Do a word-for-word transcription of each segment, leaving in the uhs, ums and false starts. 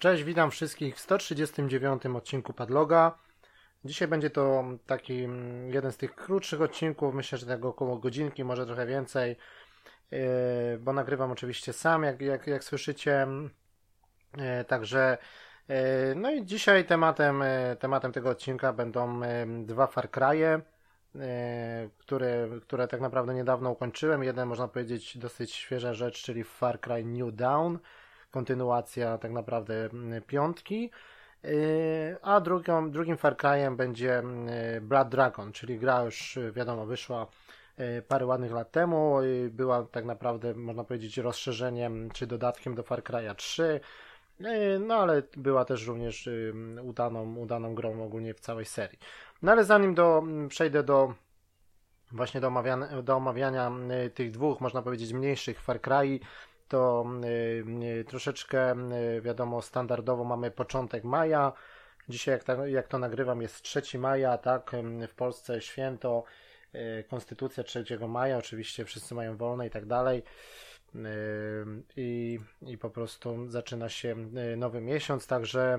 Cześć, witam wszystkich w sto trzydziestym dziewiątym odcinku Padloga. Dzisiaj będzie to taki jeden z tych krótszych odcinków, myślę, że tak około godzinki, może trochę więcej, bo nagrywam oczywiście sam, jak, jak, jak słyszycie. Także no i dzisiaj tematem, tematem tego odcinka będą dwa Far Cry'e, które, które tak naprawdę niedawno ukończyłem. Jeden, można powiedzieć, dosyć świeża rzecz, czyli Far Cry New Dawn, kontynuacja tak naprawdę piątki, a drugą, drugim Far Cry'em będzie Blood Dragon, czyli gra już wiadomo wyszła parę ładnych lat temu, była tak naprawdę, można powiedzieć, rozszerzeniem czy dodatkiem do Far Cry'a trzy, no ale była też również udaną, udaną grą ogólnie w całej serii. No ale zanim do, przejdę do właśnie do omawiania, do omawiania tych dwóch, można powiedzieć, mniejszych Far Cry, to y, troszeczkę y, wiadomo, standardowo mamy początek maja. Dzisiaj jak, ta, jak to nagrywam jest trzeciego maja, tak, w Polsce święto, y, konstytucja trzeciego maja, oczywiście wszyscy mają wolne i tak dalej. Y, i, I po prostu zaczyna się nowy miesiąc, także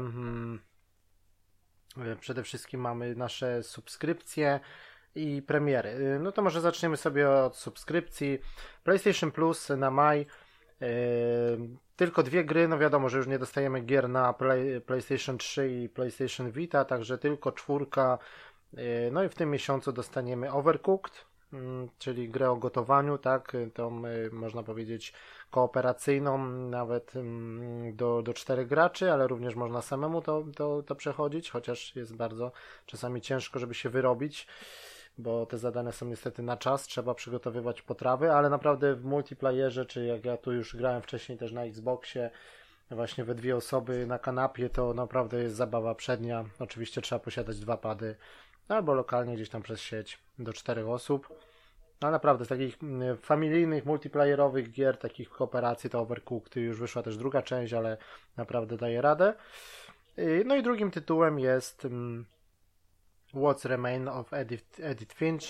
y, przede wszystkim mamy nasze subskrypcje i premiery. No to może zaczniemy sobie od subskrypcji. PlayStation Plus na maj. Yy, tylko dwie gry, no wiadomo, że już nie dostajemy gier na Play, PlayStation trzy i PlayStation Vita, także tylko czwórka. Yy, no i w tym miesiącu dostaniemy Overcooked, yy, czyli grę o gotowaniu, tak, tą yy, można powiedzieć kooperacyjną, nawet yy, do, do czterech graczy, ale również można samemu to, to, to przechodzić, chociaż jest bardzo czasami ciężko, żeby się wyrobić, bo te zadania są niestety na czas, trzeba przygotowywać potrawy, ale naprawdę w multiplayerze, czy jak ja tu już grałem wcześniej też na Xboxie, właśnie we dwie osoby na kanapie, to naprawdę jest zabawa przednia. Oczywiście trzeba posiadać dwa pady, albo lokalnie gdzieś tam przez sieć do czterech osób. No naprawdę z takich familijnych, multiplayerowych gier, takich kooperacji, to Overcooked już wyszła też druga część, ale naprawdę daje radę. No i drugim tytułem jest What's Remain of Edith, Edith Finch.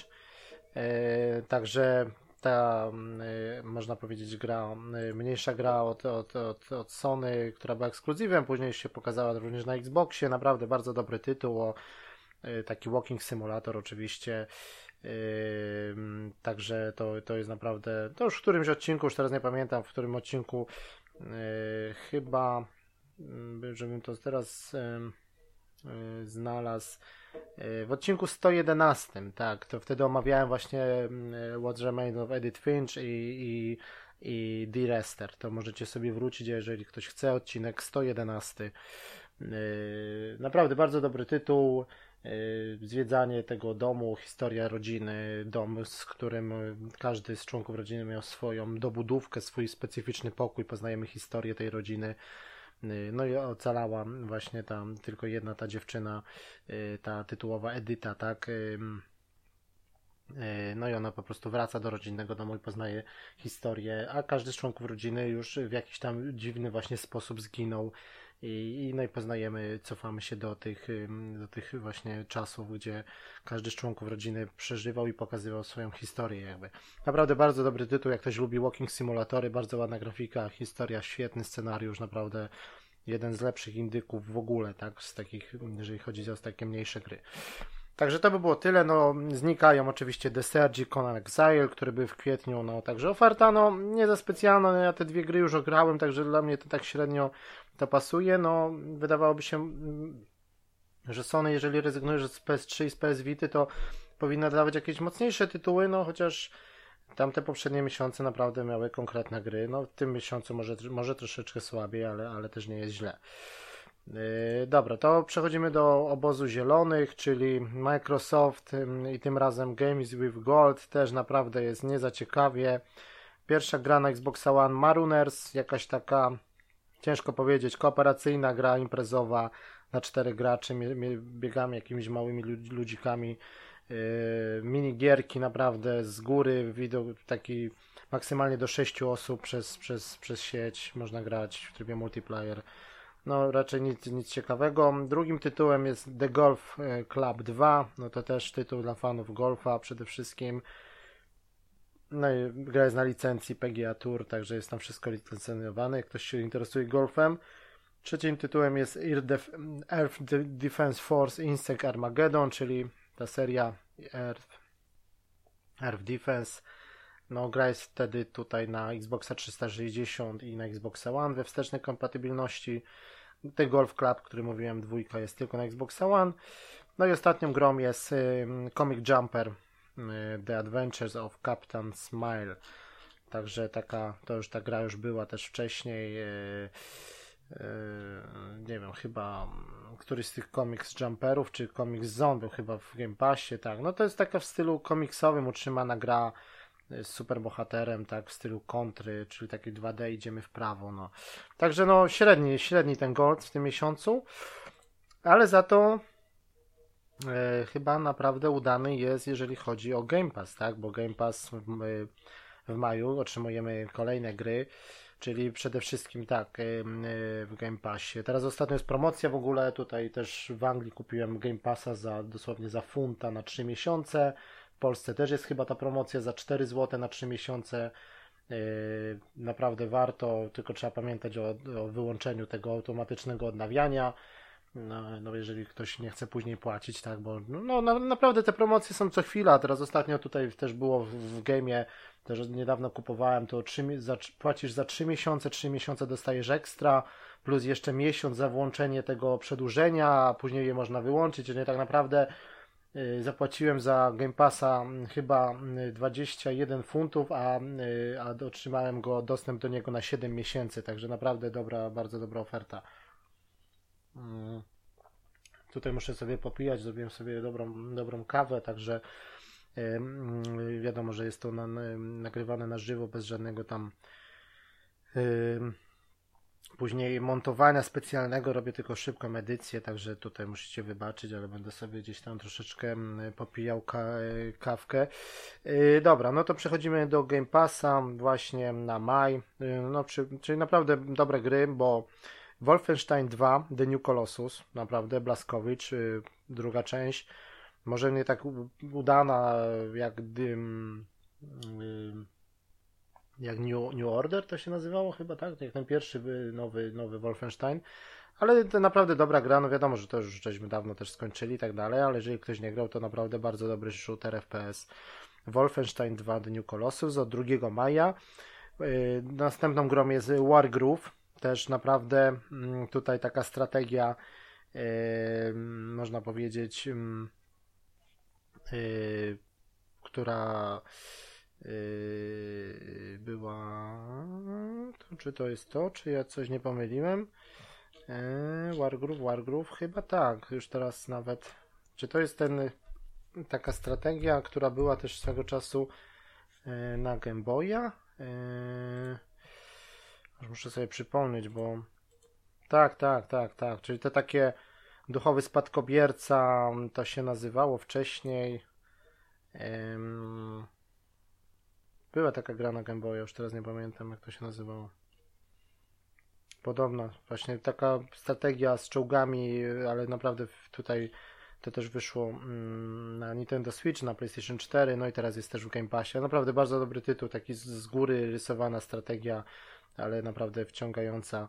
E, także ta, e, można powiedzieć, gra, e, mniejsza gra od, od, od, od Sony, która była ekskluzywem, później się pokazała również na Xboxie. Naprawdę bardzo dobry tytuł, o, e, taki walking simulator oczywiście. E, także to, to jest naprawdę, to już w którymś odcinku, już teraz nie pamiętam, w którym odcinku e, chyba, żebym to teraz e, e, znalazł, w odcinku sto jedenaście, tak, to wtedy omawiałem właśnie What's Remained of Edith Finch i, i, i The Rester. To możecie sobie wrócić, jeżeli ktoś chce, odcinek sto jedenaście. Naprawdę bardzo dobry tytuł. Zwiedzanie tego domu, historia rodziny, dom, z którym każdy z członków rodziny miał swoją dobudówkę, swój specyficzny pokój. Poznajemy historię tej rodziny. No i ocalała właśnie tam tylko jedna ta dziewczyna, ta tytułowa Edyta, tak. No i ona po prostu wraca do rodzinnego domu i poznaje historię, a każdy z członków rodziny już w jakiś tam dziwny właśnie sposób zginął. I, no i poznajemy, cofamy się do tych, do tych właśnie czasów, gdzie każdy z członków rodziny przeżywał i pokazywał swoją historię jakby. Naprawdę bardzo dobry tytuł, jak ktoś lubi walking simulatory, bardzo ładna grafika, historia, świetny scenariusz, naprawdę jeden z lepszych indyków w ogóle, tak, z takich, jeżeli chodzi o takie mniejsze gry. Także to by było tyle, no znikają oczywiście The Surge i Conan Exile, który był w kwietniu, no także oferta, no nie za specjalna, no, ja te dwie gry już ograłem, także dla mnie to tak średnio to pasuje, no wydawałoby się, że Sony, jeżeli rezygnuje z P S trzy i z P S Vity, to powinna dawać jakieś mocniejsze tytuły, no chociaż tamte poprzednie miesiące naprawdę miały konkretne gry, no w tym miesiącu może, może troszeczkę słabiej, ale, ale też nie jest źle. Yy, dobra, to przechodzimy do obozu zielonych, czyli Microsoft yy, i tym razem Games with Gold, też naprawdę jest nie za ciekawie. Pierwsza gra na Xbox One, Marooners, jakaś taka, ciężko powiedzieć, kooperacyjna gra imprezowa na czterech graczy, biegamy jakimiś małymi ludzikami, yy, minigierki naprawdę z góry, widok taki maksymalnie do sześciu osób przez, przez, przez sieć, można grać w trybie multiplayer. No raczej nic, nic ciekawego. Drugim tytułem jest The Golf Club dwa, no to też tytuł dla fanów golfa przede wszystkim. No i gra jest na licencji P G A Tour, także jest tam wszystko licencjonowane, jak ktoś się interesuje golfem. Trzecim tytułem jest Air Def Earth Defense Force Insect Armageddon, czyli ta seria Earth, Earth Defense. No, gra jest wtedy tutaj na Xboxa trzysta sześćdziesiąt i na Xboxa One we wstecznej kompatybilności. Ten Golf Club, który mówiłem, dwójka jest tylko na Xboxa One. No i ostatnią grą jest y, Comic Jumper y, The Adventures of Captain Smile. Także taka, to już ta gra już była też wcześniej. Y, y, nie wiem, chyba któryś z tych Comics Jumperów, czy Comics Zone był chyba w Game Passie, tak. No to jest taka w stylu komiksowym utrzymana gra z superbohaterem, tak, w stylu kontry, czyli taki dwa D, idziemy w prawo, no. Także no średni, średni ten Gold w tym miesiącu, ale za to e, chyba naprawdę udany jest, jeżeli chodzi o Game Pass, tak, bo Game Pass w, w maju otrzymujemy kolejne gry, czyli przede wszystkim tak, e, w Game Passie. Teraz ostatnio jest promocja w ogóle, tutaj też w Anglii kupiłem Game Passa za dosłownie za funta na trzy miesiące. W Polsce też jest chyba ta promocja za cztery złote na trzy miesiące. Yy, naprawdę warto, tylko trzeba pamiętać o, o wyłączeniu tego automatycznego odnawiania. No, no jeżeli ktoś nie chce później płacić, tak, bo no, no naprawdę te promocje są co chwila. Teraz ostatnio tutaj też było w, w game'ie, też niedawno kupowałem, to trzy, za, płacisz za trzy miesiące, trzy miesiące dostajesz ekstra, plus jeszcze miesiąc za włączenie tego przedłużenia, a później je można wyłączyć, czyli tak naprawdę zapłaciłem za Game Passa chyba dwadzieścia jeden funtów, a, a otrzymałem go dostęp do niego na siedem miesięcy, także naprawdę dobra, bardzo dobra oferta. Tutaj muszę sobie popijać, zrobiłem sobie dobrą, dobrą kawę, także wiadomo, że jest to na, nagrywane na żywo, bez żadnego tam później montowania specjalnego, robię tylko szybką edycję, także tutaj musicie wybaczyć, ale będę sobie gdzieś tam troszeczkę popijał ka kawkę. Yy, dobra, no to przechodzimy do Game Passa właśnie na maj, yy, no, przy, czyli naprawdę dobre gry, bo Wolfenstein dwa The New Colossus, naprawdę Blazkowicz, yy, druga część, może nie tak udana jak dym, yy, jak New, New Order to się nazywało chyba, tak? Jak ten pierwszy nowy, nowy Wolfenstein. Ale to naprawdę dobra gra, no wiadomo, że to już żeśmy dawno też skończyli i tak dalej, ale jeżeli ktoś nie grał, to naprawdę bardzo dobry shooter F P S. Wolfenstein dwa The New Colossus od drugiego maja. Yy, następną grą jest Wargroove. Też naprawdę yy, tutaj taka strategia, yy, można powiedzieć, yy, yy, która Yy, była to, czy to jest to, czy ja coś nie pomyliłem? Yy, Wargroove, Wargroove, chyba tak, już teraz nawet, czy to jest ten, taka strategia, która była też swego czasu yy, na Game Boya? Yy, muszę sobie przypomnieć, bo tak, tak, tak, tak, czyli to takie duchowy spadkobierca, to się nazywało wcześniej. Yy, Była taka gra na Game Boya, już teraz nie pamiętam jak to się nazywało. Podobna, właśnie taka strategia z czołgami, ale naprawdę tutaj to też wyszło na Nintendo Switch, na PlayStation cztery, no i teraz jest też w Game Passie. Naprawdę bardzo dobry tytuł, taki z góry rysowana strategia, ale naprawdę wciągająca.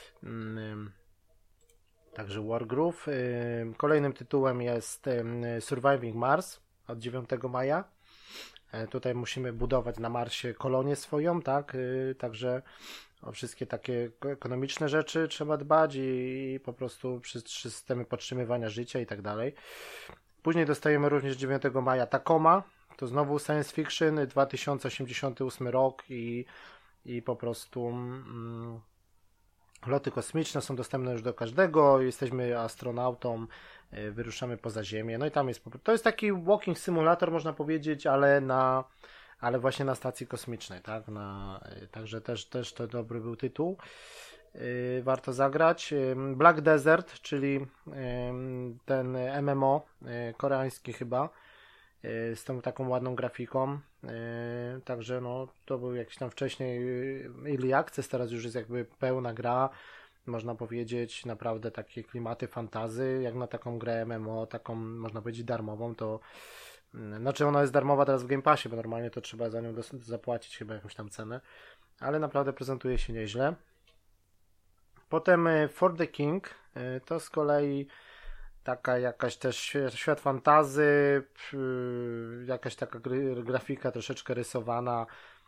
Także Wargroove. Kolejnym tytułem jest Surviving Mars od dziewiątego maja. Tutaj musimy budować na Marsie kolonię swoją, tak? Także o wszystkie takie ekonomiczne rzeczy trzeba dbać i po prostu przy systemy podtrzymywania życia i tak dalej. Później dostajemy również dziewiątego maja Tacoma, to znowu science fiction, dwa tysiące osiemdziesiąty ósmy rok i, i po prostu mm, loty kosmiczne są dostępne już do każdego, jesteśmy astronautą, wyruszamy poza Ziemię, no i tam jest, to jest taki walking simulator, można powiedzieć, ale na, ale właśnie na stacji kosmicznej, tak, na, także też, też to dobry był tytuł, yy, warto zagrać. Black Desert, czyli yy, ten M M O, yy, koreański chyba, yy, z tą taką ładną grafiką, yy, także no, to był jakiś tam wcześniej early access, teraz już jest jakby pełna gra, można powiedzieć, naprawdę takie klimaty fantazy, jak na taką grę M M O, taką można powiedzieć darmową, to znaczy ona jest darmowa teraz w Game Passie, bo normalnie to trzeba za nią zapłacić chyba jakąś tam cenę, ale naprawdę prezentuje się nieźle. Potem For the King, to z kolei taka jakaś też świat fantazy, jakaś taka grafika troszeczkę rysowana.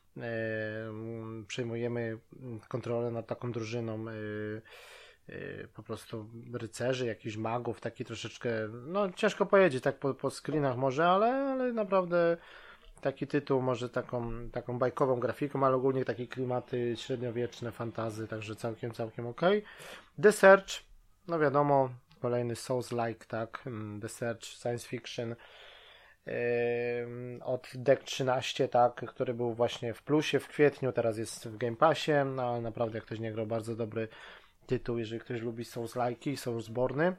Przejmujemy kontrolę nad taką drużyną po prostu rycerzy, jakichś magów, taki troszeczkę, no ciężko powiedzieć tak po, po screenach może, ale, ale naprawdę taki tytuł, może taką, taką bajkową grafiką, ale ogólnie takie klimaty średniowieczne, fantazy, także całkiem, całkiem ok. The Search, no wiadomo, kolejny Souls-like, tak, The Search, science fiction, yy, od Deck trzynaście, tak, który był właśnie w plusie w kwietniu, teraz jest w Game Passie, no ale naprawdę jak ktoś nie grał, bardzo dobry tytuł, jeżeli ktoś lubi Souls-like'i, Soulsborny.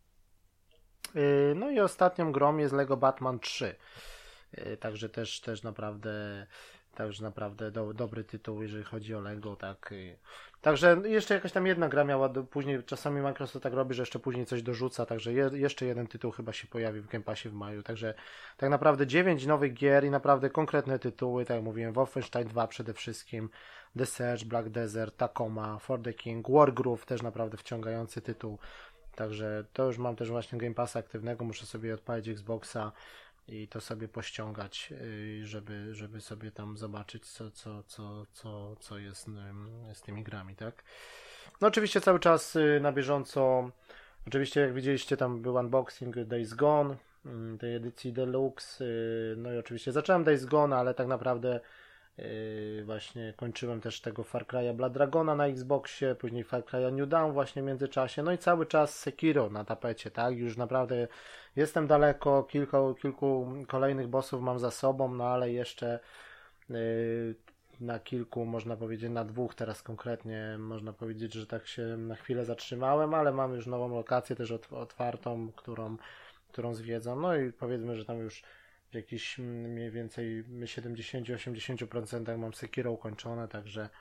Yy, no i ostatnią grą jest Lego Batman trzy. Także też, też naprawdę także naprawdę do, dobry tytuł, jeżeli chodzi o Lego, tak. Także jeszcze jakaś tam jedna gra miała, do, później czasami Microsoft tak robi, że jeszcze później coś dorzuca, także je, jeszcze jeden tytuł chyba się pojawi w Game Passie w maju, także tak naprawdę dziewięć nowych gier i naprawdę konkretne tytuły, tak jak mówiłem, Wolfenstein dwa przede wszystkim, The Search, Black Desert, Tacoma, For the King, Wargroove, też naprawdę wciągający tytuł, także to już mam też właśnie Game Passa aktywnego, muszę sobie odpalić Xboxa i to sobie pościągać, żeby, żeby sobie tam zobaczyć, co, co, co, co, co jest z tymi grami, tak? No oczywiście cały czas na bieżąco, oczywiście jak widzieliście tam był unboxing Days Gone, tej edycji Deluxe, no i oczywiście zacząłem Days Gone, ale tak naprawdę właśnie kończyłem też tego Far Cry'a Blood Dragona na Xboxie, później Far Cry'a New Dawn właśnie w międzyczasie, no i cały czas Sekiro na tapecie, tak, już naprawdę jestem daleko, kilku, kilku kolejnych bossów mam za sobą, no ale jeszcze yy, na kilku, można powiedzieć na dwóch teraz konkretnie, można powiedzieć, że tak się na chwilę zatrzymałem, ale mam już nową lokację też otwartą, którą, którą zwiedzam, no i powiedzmy, że tam już w jakiś mniej więcej siedemdziesiąt do osiemdziesięciu procent mam Sekiro ukończone, także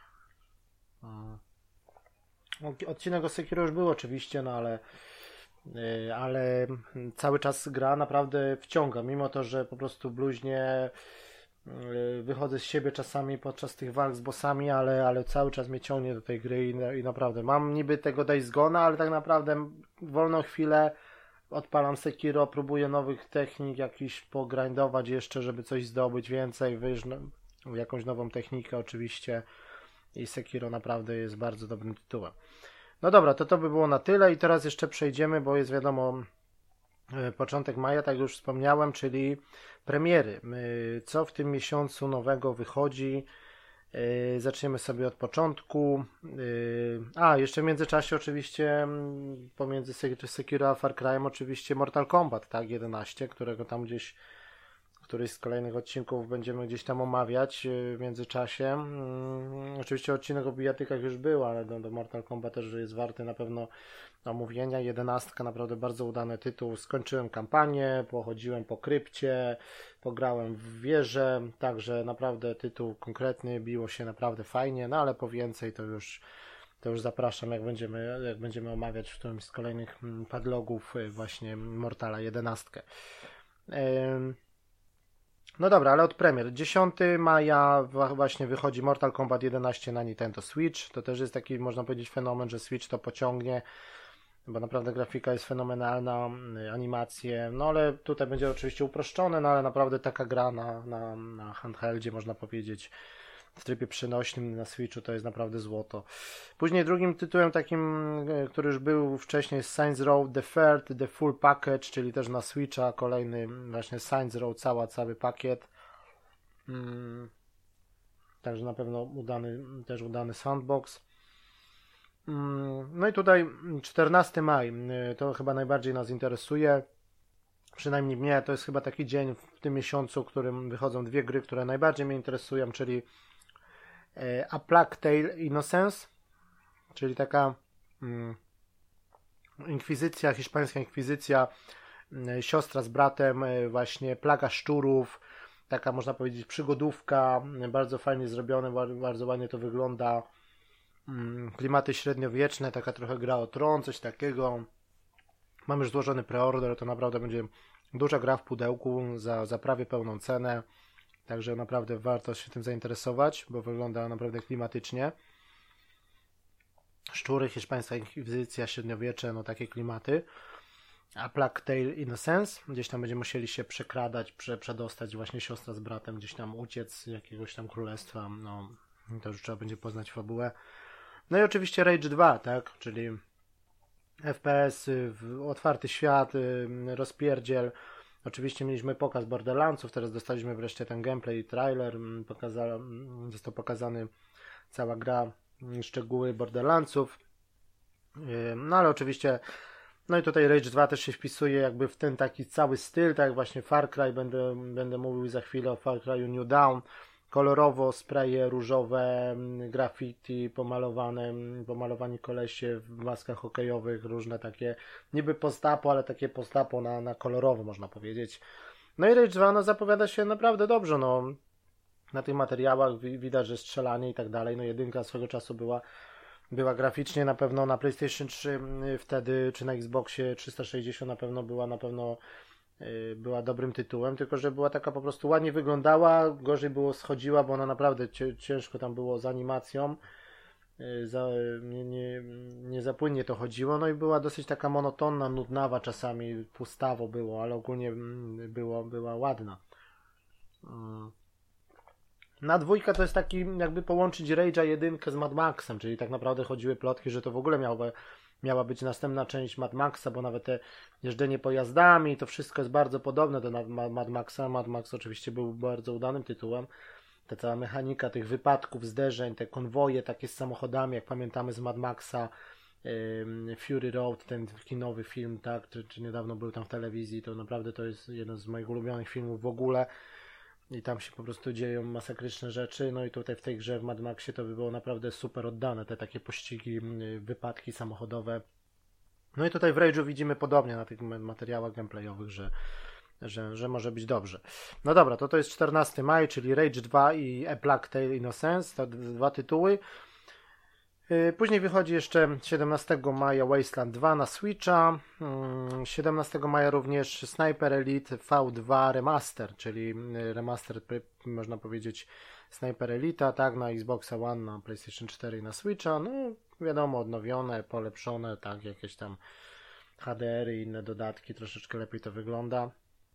no, odcinek o Sekiro już był oczywiście, no ale ale cały czas gra naprawdę wciąga, mimo to, że po prostu bluźnie wychodzę z siebie czasami podczas tych walk z bossami, ale, ale cały czas mnie ciągnie do tej gry i, i naprawdę mam niby tego Days Gone'a, ale tak naprawdę wolną chwilę odpalam Sekiro, próbuję nowych technik jakiś pogrindować jeszcze, żeby coś zdobyć więcej, wyjść no, jakąś nową technikę oczywiście i Sekiro naprawdę jest bardzo dobrym tytułem. No dobra, to to by było na tyle i teraz jeszcze przejdziemy, bo jest wiadomo początek maja, tak jak już wspomniałem, czyli premiery. Co w tym miesiącu nowego wychodzi? Zaczniemy sobie od początku. A, jeszcze w międzyczasie oczywiście pomiędzy Sekiro a Far Cry'em oczywiście Mortal Kombat, tak, jedenaście, którego tam gdzieś któryś z kolejnych odcinków będziemy gdzieś tam omawiać w międzyczasie. Oczywiście odcinek o bijatykach już był, ale do, do Mortal Kombat też jest warty na pewno omówienia. Jedenastka, naprawdę bardzo udany tytuł. Skończyłem kampanię, pochodziłem po krypcie, pograłem w wieżę, także naprawdę tytuł konkretny, biło się naprawdę fajnie, no ale po więcej to już to już zapraszam, jak będziemy, jak będziemy omawiać w którymś z kolejnych padlogów właśnie Mortala jedenastkę. No dobra, ale od premier. dziesiątego maja właśnie wychodzi Mortal Kombat jedenaście na Nintendo Switch. To też jest taki, można powiedzieć, fenomen, że Switch to pociągnie, bo naprawdę grafika jest fenomenalna, animacje, no ale tutaj będzie oczywiście uproszczone, no ale naprawdę taka gra na, na, na handheldzie, można powiedzieć, w trybie przenośnym na Switchu to jest naprawdę złoto. Później drugim tytułem takim, który już był wcześniej, jest Saints Row The Third, The Full Package, czyli też na Switcha, kolejny właśnie Saints Row, cała, cały pakiet. Hmm. Także na pewno udany, też udany sandbox. Hmm. No i tutaj czternasty maja, to chyba najbardziej nas interesuje. Przynajmniej mnie, to jest chyba taki dzień w tym miesiącu, w którym wychodzą dwie gry, które najbardziej mnie interesują, czyli A Plague Tale Innocence, czyli taka mm, inkwizycja, hiszpańska inkwizycja, y, siostra z bratem, y, właśnie plaga szczurów, taka można powiedzieć przygodówka, y, bardzo fajnie zrobione, bardzo, bardzo ładnie to wygląda, y, klimaty średniowieczne, taka trochę gra o tron, coś takiego. Mam już złożony preorder, to naprawdę będzie duża gra w pudełku za, za prawie pełną cenę. Także naprawdę warto się tym zainteresować, bo wygląda naprawdę klimatycznie. Szczury, hiszpańska inkwizycja, średniowiecze, no takie klimaty. A Plague Tale Innocence, gdzieś tam będziemy musieli się przekradać, prze, przedostać, właśnie siostra z bratem, gdzieś tam uciec z jakiegoś tam królestwa, no to już trzeba będzie poznać fabułę. No i oczywiście Rage dwa, tak, czyli F P S, otwarty świat, rozpierdziel. Oczywiście mieliśmy pokaz Borderlandsów, teraz dostaliśmy wreszcie ten gameplay i trailer, pokaza, został pokazany cała gra, szczegóły Borderlandsów. No ale oczywiście, no i tutaj Rage dwa też się wpisuje jakby w ten taki cały styl, tak jak właśnie Far Cry, będę, będę mówił za chwilę o Far Cry'u New Dawn. Kolorowo, spraye różowe, graffiti pomalowane, pomalowani kolesie w maskach hokejowych, różne takie, niby postapo, ale takie postapo na, na kolorowo można powiedzieć. No i Rage dwa no, zapowiada się naprawdę dobrze, no. Na tych materiałach widać, że strzelanie i tak dalej, no jedynka swego czasu była, była graficznie na pewno na PlayStation trzy wtedy, czy na Xboxie trzysta sześćdziesiąt na pewno była na pewno była dobrym tytułem, tylko że była taka po prostu ładnie wyglądała, gorzej było schodziła, bo ona naprawdę ciężko tam było z animacją, za, nie, nie, nie za płynnie to chodziło, no i była dosyć taka monotonna, nudnawa czasami, pustawo było, ale ogólnie było, była ładna. Na dwójka to jest taki, jakby połączyć Rage'a jedynkę z Mad Maxem, czyli tak naprawdę chodziły plotki, że to w ogóle miało miała być następna część Mad Maxa, bo nawet te jeżdżenie pojazdami, to wszystko jest bardzo podobne do Mad Maxa. Mad Max oczywiście był bardzo udanym tytułem. Ta cała mechanika tych wypadków, zderzeń, te konwoje takie z samochodami, jak pamiętamy z Mad Maxa, um, Fury Road, ten kinowy film, tak, czy, czy niedawno był tam w telewizji, to naprawdę to jest jeden z moich ulubionych filmów w ogóle. I tam się po prostu dzieją masakryczne rzeczy, no i tutaj w tej grze w Mad Maxie to by było naprawdę super oddane, te takie pościgi, wypadki samochodowe. No i tutaj w Rage'u widzimy podobnie na tych materiałach gameplayowych, że, że, że może być dobrze. No dobra, to to jest czternastego maja, czyli Rage dwa i A Plague Tale Innocence, to dwa tytuły. Później wychodzi jeszcze siedemnastego maja Wasteland dwa na Switcha, siedemnastego maja również Sniper Elite V dwa Remaster, czyli remaster, można powiedzieć, Sniper Elite, tak, na Xboxa One, na PlayStation cztery i na Switcha, no wiadomo, odnowione, polepszone, tak, jakieś tam H D R y i inne dodatki, troszeczkę lepiej to wygląda.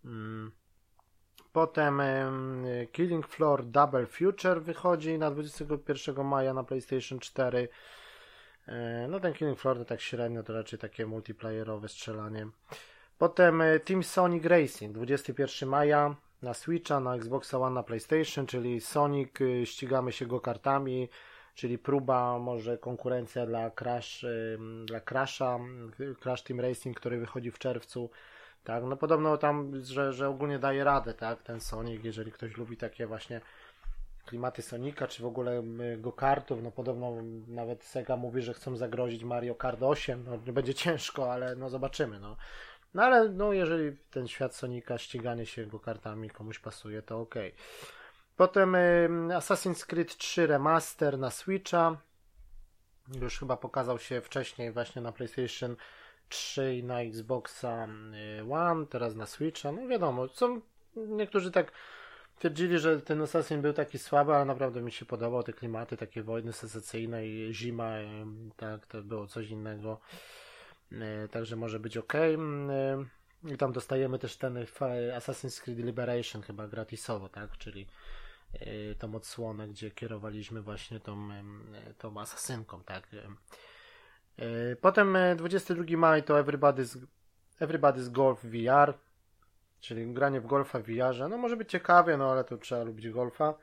Potem y, Killing Floor Double Future wychodzi na dwudziestego pierwszego maja na PlayStation cztery. Y, no ten Killing Floor to tak średnio, to raczej takie multiplayerowe strzelanie. Potem y, Team Sonic Racing dwudziestego pierwszego maja na Switcha, na Xbox One, na PlayStation, czyli Sonic, y, ścigamy się go-kartami, czyli próba, może konkurencja dla Crash, y, dla Crasha, Crash Team Racing, który wychodzi w czerwcu. Tak, no podobno tam, że, że ogólnie daje radę, tak, ten Sonic, jeżeli ktoś lubi takie właśnie klimaty Sonika, czy w ogóle go-kartów, no podobno nawet Sega mówi, że chcą zagrozić Mario Kart osiem, no nie będzie ciężko, ale no zobaczymy, no. No ale no jeżeli ten świat Sonika, ściganie się go-kartami komuś pasuje, to okej. Okay. Potem y, Assassin's Creed trzy Remaster na Switcha, już chyba pokazał się wcześniej właśnie na PlayStation trzy i na Xboxa One, teraz na Switcha, no wiadomo, są niektórzy tak twierdzili, że ten Assassin był taki słaby, ale naprawdę mi się podobał, te klimaty, takie wojny secesyjne i zima, tak, to było coś innego, także może być ok. I tam dostajemy też ten Assassin's Creed Liberation chyba gratisowo, tak, czyli tą odsłonę, gdzie kierowaliśmy właśnie tą, tą asasynką, tak. Potem dwudziestego drugiego maja to Everybody's, Everybody's Golf V R, czyli granie w golfa w V R-ze. No może być ciekawie, no ale to trzeba lubić golfa.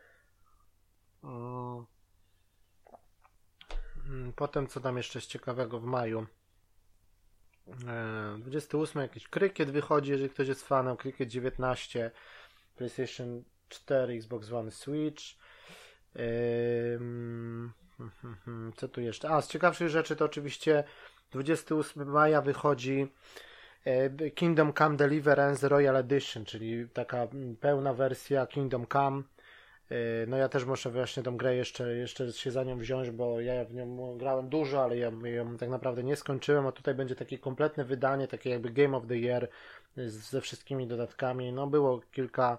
Potem co tam jeszcze jest ciekawego w maju? dwudziestego ósmego jakiś Cricket wychodzi, jeżeli ktoś jest fanem. Cricket dziewiętnaście, PlayStation cztery, Xbox One, Switch. Co tu jeszcze? A, z ciekawszych rzeczy to oczywiście dwudziestego ósmego maja wychodzi Kingdom Come Deliverance Royal Edition, czyli taka pełna wersja Kingdom Come. No ja też muszę właśnie tą grę jeszcze, jeszcze się za nią wziąć, bo ja w nią grałem dużo, ale ja ją tak naprawdę nie skończyłem, a tutaj będzie takie kompletne wydanie, takie jakby Game of the Year ze wszystkimi dodatkami. No było kilka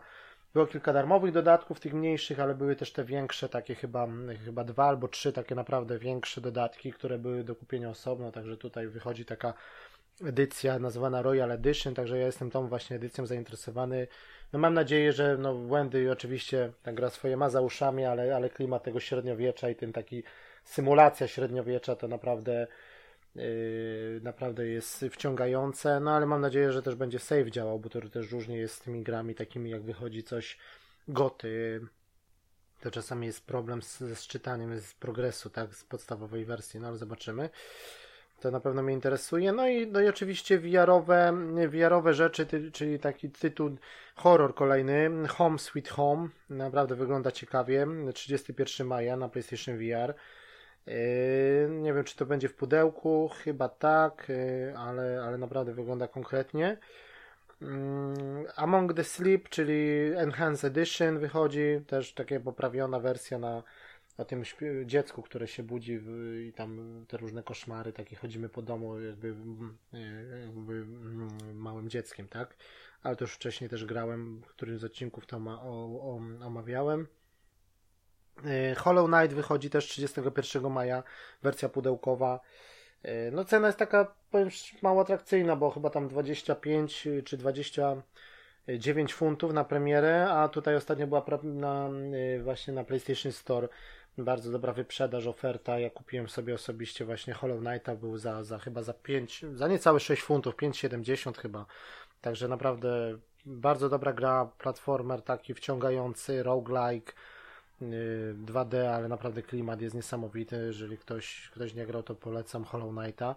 Było kilka darmowych dodatków, tych mniejszych, ale były też te większe, takie chyba, chyba dwa albo trzy takie naprawdę większe dodatki, które były do kupienia osobno, także tutaj wychodzi taka edycja nazywana Royal Edition, także ja jestem tą właśnie edycją zainteresowany. No mam nadzieję, że no Wendy oczywiście ta gra swoje ma za uszami, ale, ale klimat tego średniowiecza i ten taki symulacja średniowiecza to naprawdę Yy, naprawdę jest wciągające, no ale mam nadzieję, że też będzie save działał, bo to też różnie jest z tymi grami takimi, jak wychodzi coś goty, to czasami jest problem z, ze szczytaniem z progresu, tak, z podstawowej wersji, no ale zobaczymy. To na pewno mnie interesuje. No i, no i oczywiście V R-owe, V R-owe rzeczy, ty, czyli taki tytuł horror kolejny, Home Sweet Home, naprawdę wygląda ciekawie, trzydziestego pierwszego maja na PlayStation V R. Yy, nie wiem, czy to będzie w pudełku, chyba tak, yy, ale, ale naprawdę wygląda konkretnie. Yy, Among the Sleep, czyli Enhanced Edition wychodzi, też taka poprawiona wersja na, na tym śpi- dziecku, które się budzi w, i tam te różne koszmary, takie chodzimy po domu jakby, yy, jakby małym dzieckiem, tak? Ale to już wcześniej też grałem, w którymś z odcinków to oma- o, o, omawiałem. Hollow Knight wychodzi też trzydziestego pierwszego maja, wersja pudełkowa. No cena jest taka, powiem, mało atrakcyjna, bo chyba tam dwadzieścia pięć czy dwadzieścia dziewięć funtów na premierę, a tutaj ostatnio była na, właśnie na PlayStation Store bardzo dobra wyprzedaż, oferta. Ja kupiłem sobie osobiście właśnie Hollow Knighta, był za, za chyba za pięć, za niecałe sześć funtów, pięć siedemdziesiąt chyba. Także naprawdę bardzo dobra gra, platformer taki wciągający, roguelike, dwa D, ale naprawdę klimat jest niesamowity. Jeżeli ktoś, ktoś nie grał, to polecam Hollow Knighta.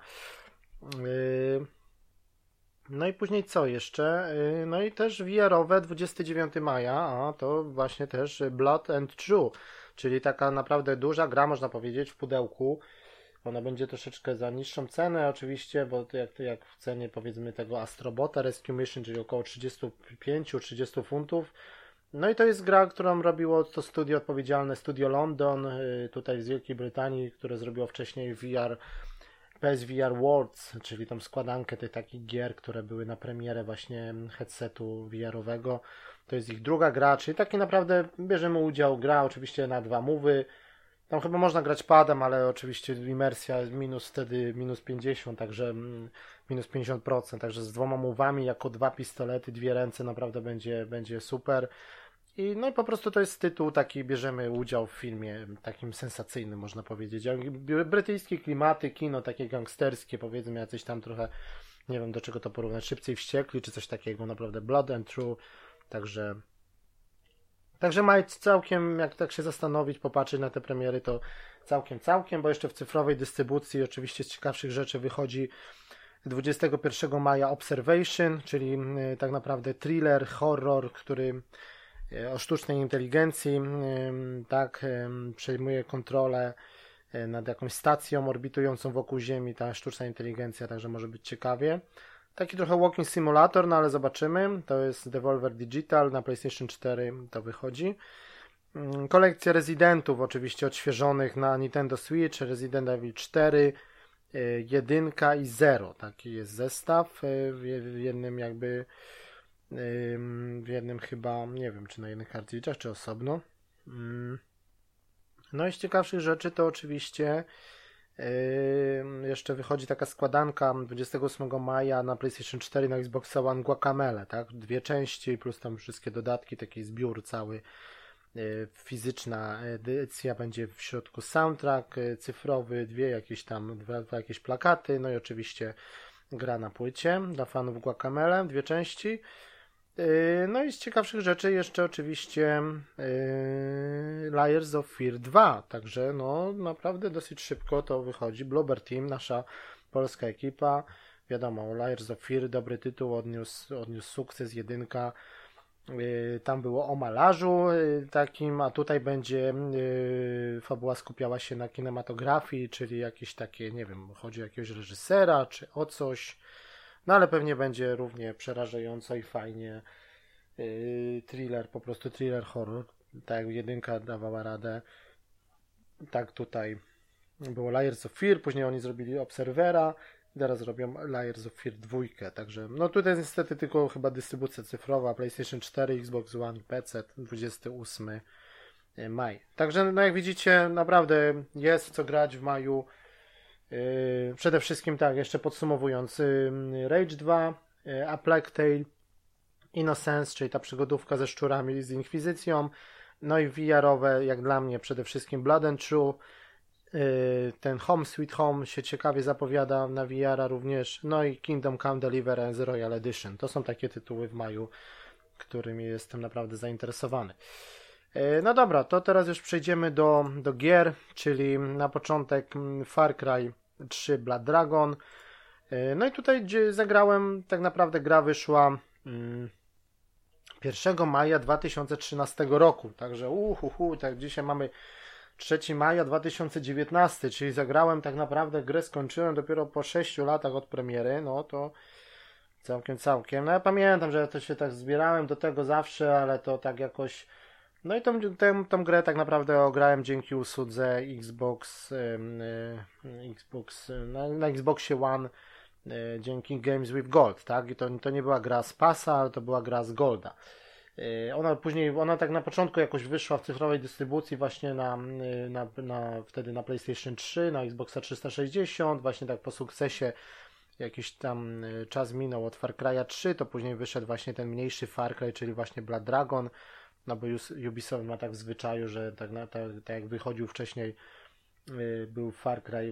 No i później co jeszcze? No i też V R-owe dwudziestego dziewiątego maja, a to właśnie też Blood and True, czyli taka naprawdę duża gra, można powiedzieć, w pudełku. Ona będzie troszeczkę za niższą cenę oczywiście, bo to jak, jak w cenie powiedzmy tego Astrobota Rescue Mission, czyli około trzydzieści pięć trzydzieści funtów. No i to jest gra, którą robiło to studio odpowiedzialne, Studio London, tutaj z Wielkiej Brytanii, które zrobiło wcześniej V R, P S V R Worlds, czyli tą składankę tych takich gier, które były na premierę właśnie headsetu V R-owego. To jest ich druga gra, czyli taki naprawdę bierzemy udział, gra oczywiście na dwa mowy. Tam chyba można grać padem, ale oczywiście imersja minus wtedy minus pięćdziesiąt, także minus pięćdziesiąt procent, także z dwoma mówami jako dwa pistolety, dwie ręce naprawdę będzie, będzie super. I no i po prostu to jest tytuł taki, bierzemy udział w filmie takim sensacyjnym, można powiedzieć. Brytyjskie klimaty, kino takie gangsterskie, powiedzmy jacyś tam trochę, nie wiem do czego to porównać, Szybcy i Wściekli, czy coś takiego, naprawdę Blood and True, także także maj całkiem, jak tak się zastanowić, popatrzeć na te premiery, to całkiem, całkiem, bo jeszcze w cyfrowej dystrybucji oczywiście z ciekawszych rzeczy wychodzi dwudziestego pierwszego maja Observation, czyli tak naprawdę thriller, horror, który o sztucznej inteligencji, tak, przejmuje kontrolę nad jakąś stacją orbitującą wokół Ziemi, ta sztuczna inteligencja, także może być ciekawie. Taki trochę walking simulator, no ale zobaczymy. To jest Devolver Digital, na PlayStation cztery to wychodzi. Kolekcja Residentów oczywiście odświeżonych na Nintendo Switch, Resident Evil cztery, jeden i zero. Taki jest zestaw w jednym jakby w jednym chyba, nie wiem czy na jednych kartridżach, czy osobno. No i z ciekawszych rzeczy to oczywiście Yy, jeszcze wychodzi taka składanka dwudziestego ósmego maja na PlayStation cztery, na Xbox One Guacamelee, tak? Dwie części plus tam wszystkie dodatki, taki zbiór cały, yy, fizyczna edycja, będzie w środku soundtrack yy, cyfrowy, dwie jakieś tam, dwa, dwa jakieś plakaty, no i oczywiście gra na płycie dla fanów Guacamelee, dwie części. No i z ciekawszych rzeczy jeszcze oczywiście yy, Layers of Fear dwa, także no naprawdę dosyć szybko to wychodzi. Bloober Team, nasza polska ekipa, wiadomo, Layers of Fear, dobry tytuł, odniósł, odniósł sukces, jedynka, yy, tam było o malarzu yy, takim, a tutaj będzie yy, fabuła skupiała się na kinematografii, czyli jakieś takie, nie wiem, chodzi o jakiegoś reżysera, czy o coś. No ale pewnie będzie równie przerażająco i fajnie. Yy, thriller, po prostu thriller horror. Tak jak jedynka dawała radę. Tak tutaj było Layers of Fear, później oni zrobili Observera Teraz robią Layers of Fear dwa, także no tutaj jest niestety tylko chyba dystrybucja cyfrowa, PlayStation cztery, Xbox One, P C, dwudziestego ósmego maja. Także no jak widzicie, naprawdę jest co grać w maju. Yy, przede wszystkim tak, jeszcze podsumowując, yy, Rage dwa, yy, A Plague Tale, Innocence, czyli ta przygodówka ze szczurami z Inkwizycją, no i V R-owe, jak dla mnie przede wszystkim Blood and True, ten Home Sweet Home się ciekawie zapowiada na V R-a również, no i Kingdom Come Deliverance Royal Edition. To są takie tytuły w maju, którymi jestem naprawdę zainteresowany. No dobra, to teraz już przejdziemy do, do gier, czyli na początek Far Cry trzy Blood Dragon. No i tutaj zagrałem, tak naprawdę gra wyszła pierwszego maja dwa tysiące trzynastego roku, także uhuhu, tak dzisiaj mamy trzeciego maja dwa tysiące dziewiętnastego, czyli zagrałem tak naprawdę grę, skończyłem dopiero po sześciu latach od premiery, no to całkiem, całkiem. No ja pamiętam, że ja to się tak zbierałem do tego zawsze, ale to tak jakoś... No i tą, tą, tą grę tak naprawdę ograłem dzięki usłudze Xbox, yy, Xbox na, na Xboxie One, yy, dzięki Games with Gold, tak? I to, to nie była gra z pasa, ale to była gra z Golda. Ona później, ona tak na początku jakoś wyszła w cyfrowej dystrybucji właśnie na, na, na wtedy na PlayStation trzy, na Xboxa trzysta sześćdziesiąt, właśnie tak po sukcesie jakiś tam czas minął od Far Cry'a trzy, to później wyszedł właśnie ten mniejszy Far Cry, czyli właśnie Blood Dragon, no bo Ubisoft ma tak w zwyczaju, że tak, na, tak, tak jak wychodził wcześniej yy, był Far Cry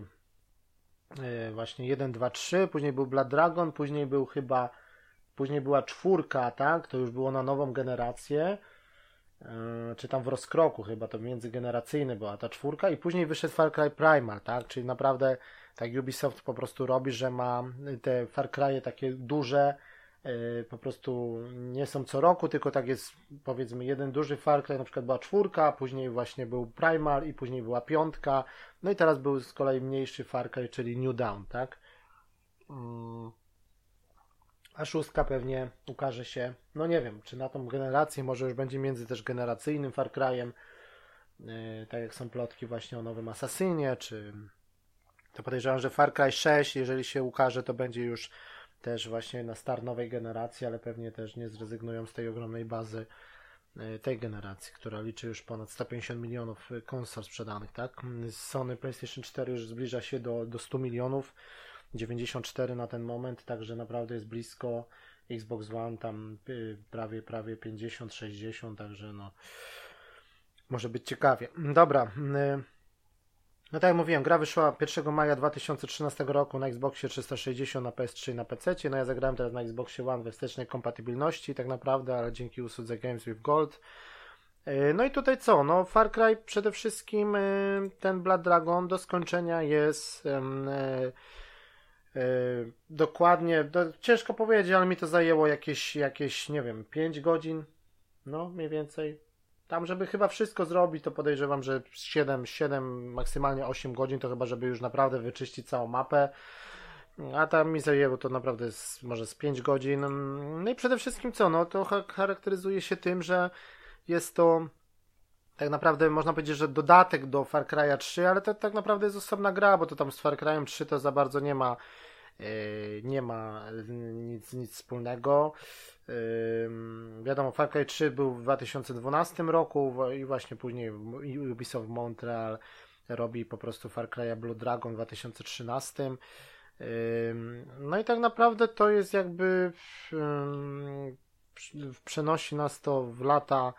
yy, właśnie jeden, dwa, trzy, później był Blood Dragon, później był chyba Później była czwórka, tak? To już było na nową generację. Yy, czy tam w rozkroku chyba, to międzygeneracyjny była ta czwórka. I później wyszedł Far Cry Primal, tak? Czyli naprawdę tak Ubisoft po prostu robi, że ma te Far Cry'e takie duże, yy, po prostu nie są co roku, tylko tak jest powiedzmy jeden duży Far Cry, na przykład była czwórka, później właśnie był Primal i później była piątka. No i teraz był z kolei mniejszy Far Cry, czyli New Dawn, tak? Yy. A szóstka pewnie ukaże się, no nie wiem, czy na tą generację, może już będzie między też generacyjnym Far Cry'em, yy, tak jak są plotki właśnie o nowym Assassinie, czy to podejrzewam, że Far Cry sześć, jeżeli się ukaże, to będzie już też właśnie na start nowej generacji, ale pewnie też nie zrezygnują z tej ogromnej bazy yy, tej generacji, która liczy już ponad sto pięćdziesiąt milionów konsol sprzedanych, tak? Sony PlayStation cztery już zbliża się do, do stu milionów, dziewięćdziesiąt cztery na ten moment, także naprawdę jest blisko. Xbox One tam y, prawie, prawie pięćdziesiąt, sześćdziesiąt, także no może być ciekawie. Dobra, y, no tak jak mówiłem, gra wyszła pierwszego maja dwa tysiące trzynastego roku na Xboxie trzysta sześćdziesiąt, na P S trzy i na P C. No ja zagrałem teraz na Xboxie One we wstecznej kompatybilności tak naprawdę, ale dzięki usłudze Games with Gold. Y, no i tutaj co? No Far Cry przede wszystkim y, ten Blood Dragon do skończenia jest... Y, Yy, dokładnie, do, ciężko powiedzieć, ale mi to zajęło jakieś, jakieś, nie wiem, pięć godzin, no mniej więcej. Tam, żeby chyba wszystko zrobić, to podejrzewam, że siedem, siedem, maksymalnie osiem godzin, to chyba, żeby już naprawdę wyczyścić całą mapę. A tam mi zajęło to naprawdę z, może z pięć godzin. No i przede wszystkim co, no to charakteryzuje się tym, że jest to tak naprawdę można powiedzieć, że dodatek do Far Cry'a trzy, ale to tak naprawdę jest osobna gra, bo to tam z Far Cry'em trzy to za bardzo nie ma yy, nie ma nic, nic wspólnego. Yy, wiadomo, Far Cry trzy był w dwa tysiące dwunastym roku i właśnie później Ubisoft Montreal robi po prostu Far Cry'a Blue Dragon w dwa tysiące trzynastym. Yy, no i tak naprawdę to jest jakby yy, przenosi nas to w lata.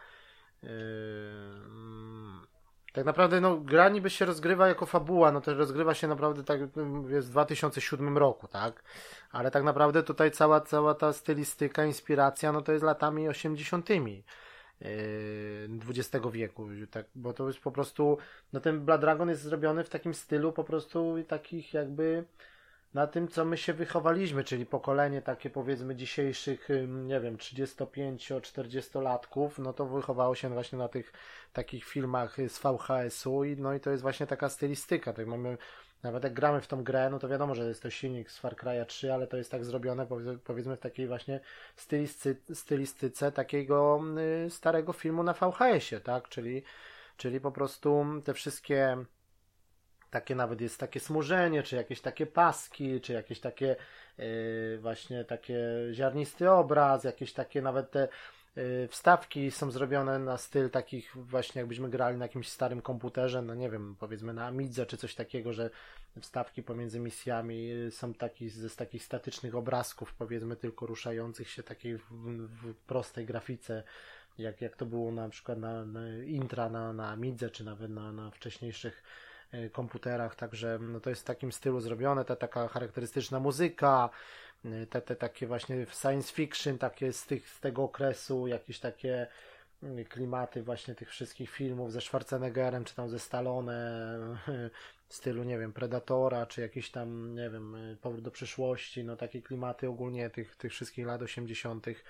Tak naprawdę no, gra niby się rozgrywa jako fabuła, no to rozgrywa się naprawdę tak jest w dwa tysiące siódmym roku, tak? Ale tak naprawdę tutaj cała, cała ta stylistyka, inspiracja, no to jest latami osiemdziesiątymi dwudziestego wieku, tak? Bo to jest po prostu, no ten Blood Dragon jest zrobiony w takim stylu po prostu takich jakby na tym, co my się wychowaliśmy, czyli pokolenie takie powiedzmy dzisiejszych, nie wiem, trzydziesto-pięcio-czterdziestolatków, no to wychowało się właśnie na tych takich filmach z V H S-u i no i to jest właśnie taka stylistyka, tak mamy, nawet jak gramy w tą grę, no to wiadomo, że jest to silnik z Far Cry'a trzy, ale to jest tak zrobione powiedzmy w takiej właśnie stylisty, stylistyce takiego y, starego filmu na V H S-ie, tak, czyli, czyli po prostu te wszystkie takie nawet jest takie smużenie, czy jakieś takie paski, czy jakieś takie yy, właśnie takie ziarnisty obraz, jakieś takie nawet te yy, wstawki są zrobione na styl takich właśnie jakbyśmy grali na jakimś starym komputerze, no nie wiem, powiedzmy na Amidze, czy coś takiego, że wstawki pomiędzy misjami są taki, z, z takich statycznych obrazków, powiedzmy tylko ruszających się takiej w, w prostej grafice, jak, jak to było na przykład na, na intra na, na Amidze, czy nawet na, na wcześniejszych komputerach, także no to jest w takim stylu zrobione, ta taka charakterystyczna muzyka, te, te takie właśnie science fiction, takie z, tych, z tego okresu, jakieś takie klimaty właśnie tych wszystkich filmów ze Schwarzeneggerem, czy tam ze Stallone, w stylu, nie wiem, Predatora, czy jakiś tam, nie wiem, Powrót do przyszłości, no takie klimaty ogólnie tych, tych wszystkich lat osiemdziesiątych.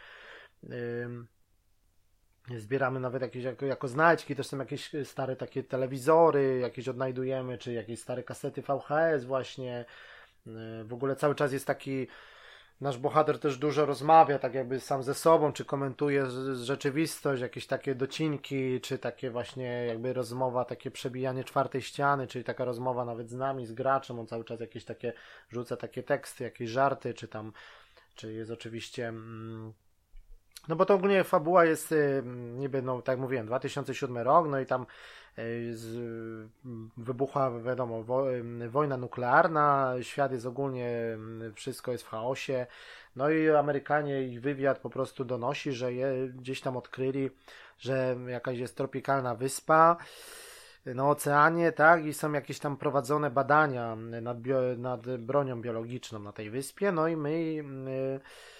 Zbieramy nawet jakieś jako, jako znajdźki, też są jakieś stare takie telewizory, jakieś odnajdujemy, czy jakieś stare kasety V H S właśnie. W ogóle cały czas jest taki, nasz bohater też dużo rozmawia, tak jakby sam ze sobą, czy komentuje z, z rzeczywistość, jakieś takie docinki, czy takie właśnie jakby rozmowa, takie przebijanie czwartej ściany, czyli taka rozmowa nawet z nami, z graczem, on cały czas jakieś takie, rzuca takie teksty, jakieś żarty, czy tam, czy jest oczywiście... Mm, no bo to ogólnie fabuła jest niby, no tak jak mówiłem, dwa tysiące siódmy rok, no i tam z, wybuchła, wiadomo, wo, wojna nuklearna, świat jest ogólnie, wszystko jest w chaosie, no i Amerykanie, ich wywiad po prostu donosi, że je, gdzieś tam odkryli, że jakaś jest tropikalna wyspa na oceanie, tak, i są jakieś tam prowadzone badania nad, bio, nad bronią biologiczną na tej wyspie, no i my... Yy,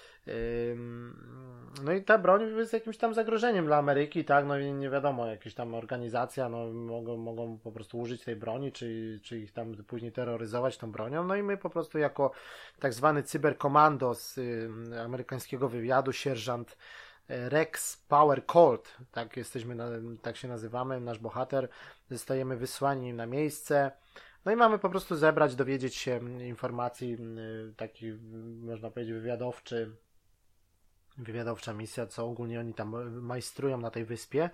No i ta broń jest jakimś tam zagrożeniem dla Ameryki, tak, no i nie wiadomo, jakaś tam organizacja, no mogą, mogą po prostu użyć tej broni, czy, czy ich tam później terroryzować tą bronią, no i my po prostu jako tak zwany cyberkomando z y, amerykańskiego wywiadu, sierżant Rex Power Colt, tak jesteśmy, na, tak się nazywamy, nasz bohater, zostajemy wysłani na miejsce. No i mamy po prostu zebrać, dowiedzieć się informacji, taki można powiedzieć wywiadowczy, wywiadowcza misja, co ogólnie oni tam majstrują na tej wyspie.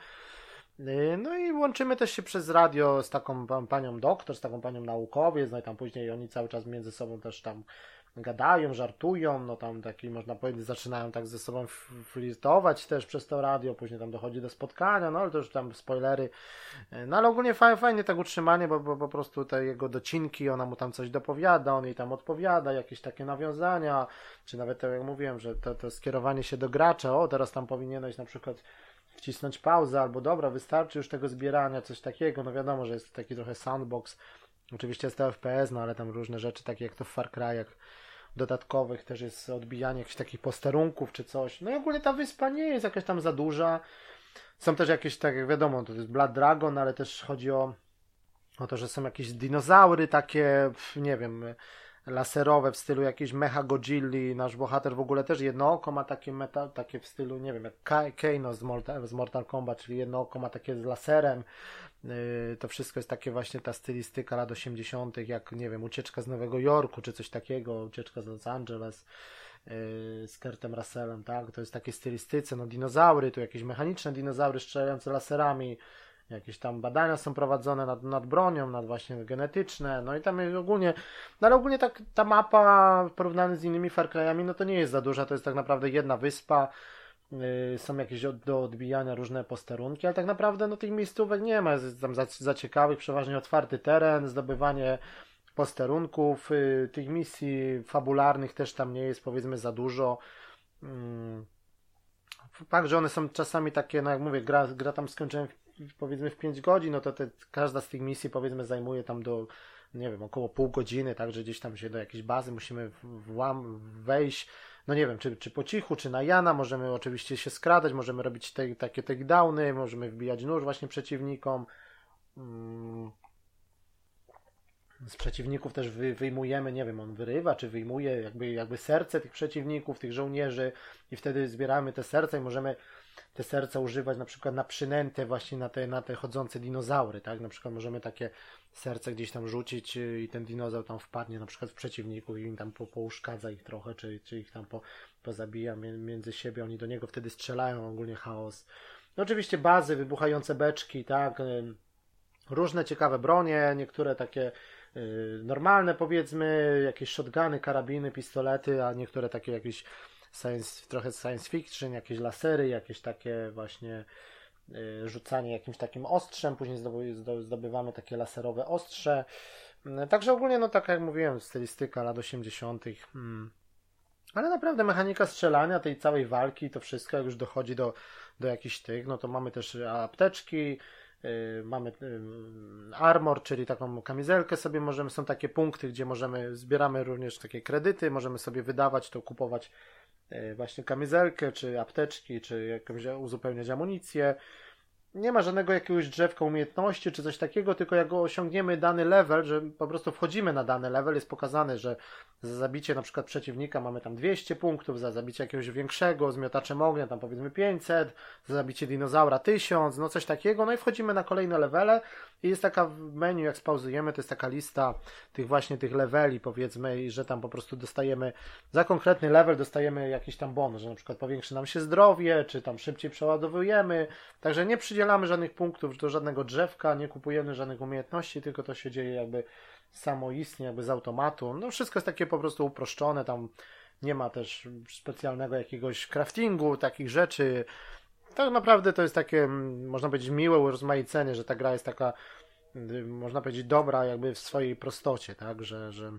No i łączymy też się przez radio z taką panią doktor, z taką panią naukowiec, no i tam później oni cały czas między sobą też tam gadają, żartują, no tam taki można powiedzieć, zaczynają tak ze sobą flirtować też przez to radio, później tam dochodzi do spotkania, no ale to już tam spoilery, no ale ogólnie fajnie, fajnie tak utrzymanie, bo, bo po prostu te jego docinki, ona mu tam coś dopowiada, on jej tam odpowiada, jakieś takie nawiązania, czy nawet tak jak mówiłem, że to, to skierowanie się do gracza, o teraz tam powinieneś na przykład wcisnąć pauzę, albo dobra, wystarczy już tego zbierania, coś takiego, no wiadomo, że jest taki trochę sandbox, oczywiście jest to F P S, no ale tam różne rzeczy, takie jak to w Far Cry'ach dodatkowych też jest odbijanie jakichś takich posterunków czy coś. No i ogólnie ta wyspa nie jest jakaś tam za duża. Są też jakieś, tak jak wiadomo, to jest Blood Dragon, ale też chodzi o, o to, że są jakieś dinozaury takie, nie wiem, laserowe w stylu jakiejś Mecha Godzilli. Nasz bohater w ogóle też jedno oko ma takie, meta, takie w stylu, nie wiem, jak Kano z Mortal, z Mortal Kombat, czyli jedno oko ma takie z laserem. Yy, to wszystko jest takie właśnie ta stylistyka lat osiemdziesiątych, jak nie wiem, ucieczka z Nowego Jorku, czy coś takiego, ucieczka z Los Angeles yy, z Kurtem Russellem, tak? To jest takie stylistyce, no dinozaury, tu jakieś mechaniczne dinozaury strzelające laserami, jakieś tam badania są prowadzone nad, nad bronią, nad właśnie genetyczne, no i tam jest ogólnie, no ale ogólnie tak, ta mapa w porównaniu z innymi Far Cry'ami, no to nie jest za duża, to jest tak naprawdę jedna wyspa, yy, są jakieś od, do odbijania różne posterunki, ale tak naprawdę no tych miejscówek nie ma, jest tam za, za ciekawych, przeważnie otwarty teren, zdobywanie posterunków, yy, tych misji fabularnych też tam nie jest powiedzmy za dużo. Yy. Fakt, że one są czasami takie, no jak mówię, gra, gra tam skończyłem w, powiedzmy w pięć godzin, no to te, każda z tych misji powiedzmy zajmuje tam do, nie wiem, około pół godziny, także gdzieś tam się do jakiejś bazy musimy włam, wejść, no nie wiem, czy, czy po cichu, czy na Jana, możemy oczywiście się skradać, możemy robić te, takie takedowny, możemy wbijać nóż właśnie przeciwnikom. Hmm. Z przeciwników też wy, wyjmujemy, nie wiem, on wyrywa, czy wyjmuje jakby, jakby serce tych przeciwników, tych żołnierzy i wtedy zbieramy te serca i możemy te serca używać na przykład na przynętę właśnie na te, na te chodzące dinozaury, tak? Na przykład możemy takie serce gdzieś tam rzucić i ten dinozaur tam wpadnie na przykład w przeciwników i im tam po, pouszkadza ich trochę, czy, czy ich tam po, pozabija między siebie, oni do niego wtedy strzelają, ogólnie chaos. No oczywiście bazy, wybuchające beczki, tak? Różne ciekawe bronie, niektóre takie yy, normalne powiedzmy, jakieś shotguny, karabiny, pistolety, a niektóre takie jakieś science, trochę science fiction, jakieś lasery, jakieś takie właśnie yy, rzucanie jakimś takim ostrzem, później zdoby, zdobywamy takie laserowe ostrze. Yy, także ogólnie, no tak jak mówiłem, stylistyka lat osiemdziesiątych. Hmm. Ale naprawdę mechanika strzelania, tej całej walki, to wszystko, jak już dochodzi do, do jakichś tych, no to mamy też apteczki, yy, mamy yy, armor, czyli taką kamizelkę sobie możemy, są takie punkty, gdzie możemy, zbieramy również takie kredyty, możemy sobie wydawać to, kupować yy, właśnie kamizelkę, czy apteczki, czy jakąś uzupełniać amunicję. Nie ma żadnego jakiegoś drzewka umiejętności czy coś takiego, tylko jak osiągniemy dany level, że po prostu wchodzimy na dany level, jest pokazane, że za zabicie na przykład przeciwnika mamy tam dwieście punktów, za zabicie jakiegoś większego z miotaczem ognia tam powiedzmy pięćset, za zabicie dinozaura tysiąc, no coś takiego, no i wchodzimy na kolejne levele i jest taka w menu, jak spauzujemy, to jest taka lista tych właśnie tych leveli powiedzmy i że tam po prostu dostajemy, za konkretny level dostajemy jakiś tam bonus, że na przykład powiększy nam się zdrowie, czy tam szybciej przeładowujemy, także nie przydzielamy żadnych punktów do żadnego drzewka, nie kupujemy żadnych umiejętności, tylko to się dzieje jakby samoistnie, jakby z automatu. No wszystko jest takie po prostu uproszczone, tam nie ma też specjalnego jakiegoś craftingu, takich rzeczy. Tak naprawdę to jest takie, można powiedzieć, miłe urozmaicenie, że ta gra jest taka, można powiedzieć, dobra jakby w swojej prostocie, tak, że, że,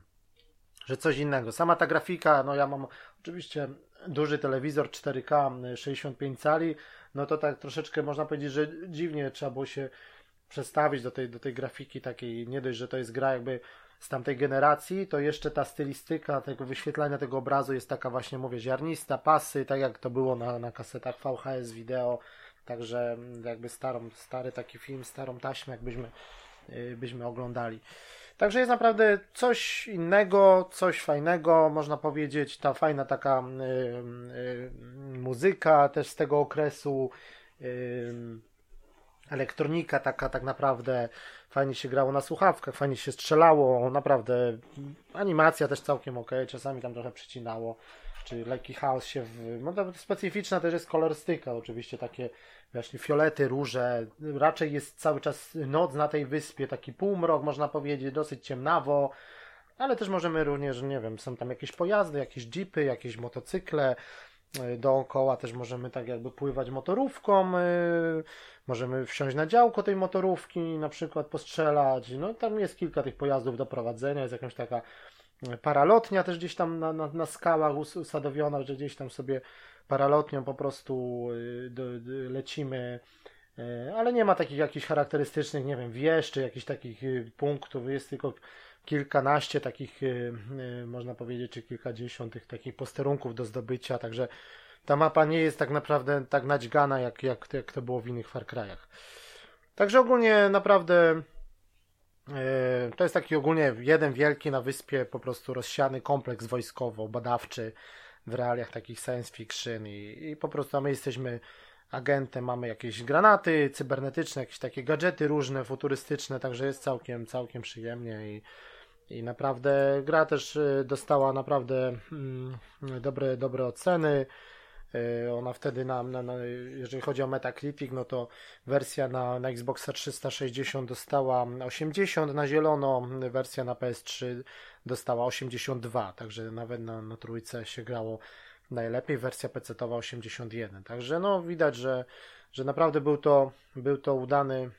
że coś innego. Sama ta grafika, no ja mam oczywiście duży telewizor cztery K, sześćdziesiąt pięć cali, no to tak troszeczkę można powiedzieć, że dziwnie trzeba było się przestawić do tej, do tej grafiki takiej, nie dość, że to jest gra jakby z tamtej generacji, to jeszcze ta stylistyka tego wyświetlania tego obrazu jest taka właśnie, mówię, ziarnista, pasy, tak jak to było na, na kasetach V H S wideo, także jakby starą, stary taki film, starą taśmę, jakbyśmy yy, byśmy oglądali. Także jest naprawdę coś innego, coś fajnego, można powiedzieć, ta fajna taka yy, yy, muzyka też z tego okresu, yy, elektronika taka tak naprawdę, fajnie się grało na słuchawkach, fajnie się strzelało, naprawdę animacja też całkiem ok, czasami tam trochę przycinało, czy lekki chaos się w... No to specyficzna też jest kolorystyka, oczywiście takie właśnie fiolety, róże, raczej jest cały czas noc na tej wyspie, taki półmrok można powiedzieć, dosyć ciemnawo, ale też możemy również, nie wiem, są tam jakieś pojazdy, jakieś jeepy, jakieś motocykle, dookoła też możemy tak jakby pływać motorówką, yy, możemy wsiąść na działko tej motorówki, na przykład postrzelać, no tam jest kilka tych pojazdów do prowadzenia, jest jakaś taka paralotnia też gdzieś tam na, na, na skałach usadowiona, że gdzieś tam sobie paralotnią po prostu yy, do, do, lecimy, yy, ale nie ma takich jakichś charakterystycznych, nie wiem, wież czy jakichś takich yy, punktów, jest tylko kilkanaście takich, yy, yy, można powiedzieć, czy kilkadziesiąt tych takich posterunków do zdobycia, także ta mapa nie jest tak naprawdę tak nadźgana, jak, jak, jak to było w innych Far Cry'ach. Także ogólnie naprawdę yy, to jest taki ogólnie jeden wielki na wyspie po prostu rozsiany kompleks wojskowo-badawczy w realiach takich science fiction i, i po prostu my jesteśmy agentem, mamy jakieś granaty cybernetyczne, jakieś takie gadżety różne, futurystyczne, także jest całkiem, całkiem przyjemnie i, i naprawdę gra też dostała naprawdę mm, dobre, dobre oceny. Ona wtedy, na, na, na, jeżeli chodzi o Metacritic, no to wersja na, na Xboxa trzysta sześćdziesiąt dostała osiemdziesiąt na zielono, wersja na P S trzy dostała osiemdziesiąt dwa, także nawet na, na trójce się grało najlepiej, wersja pecetowa osiemdziesiąt jeden, także no widać, że, że naprawdę był to, był to udany,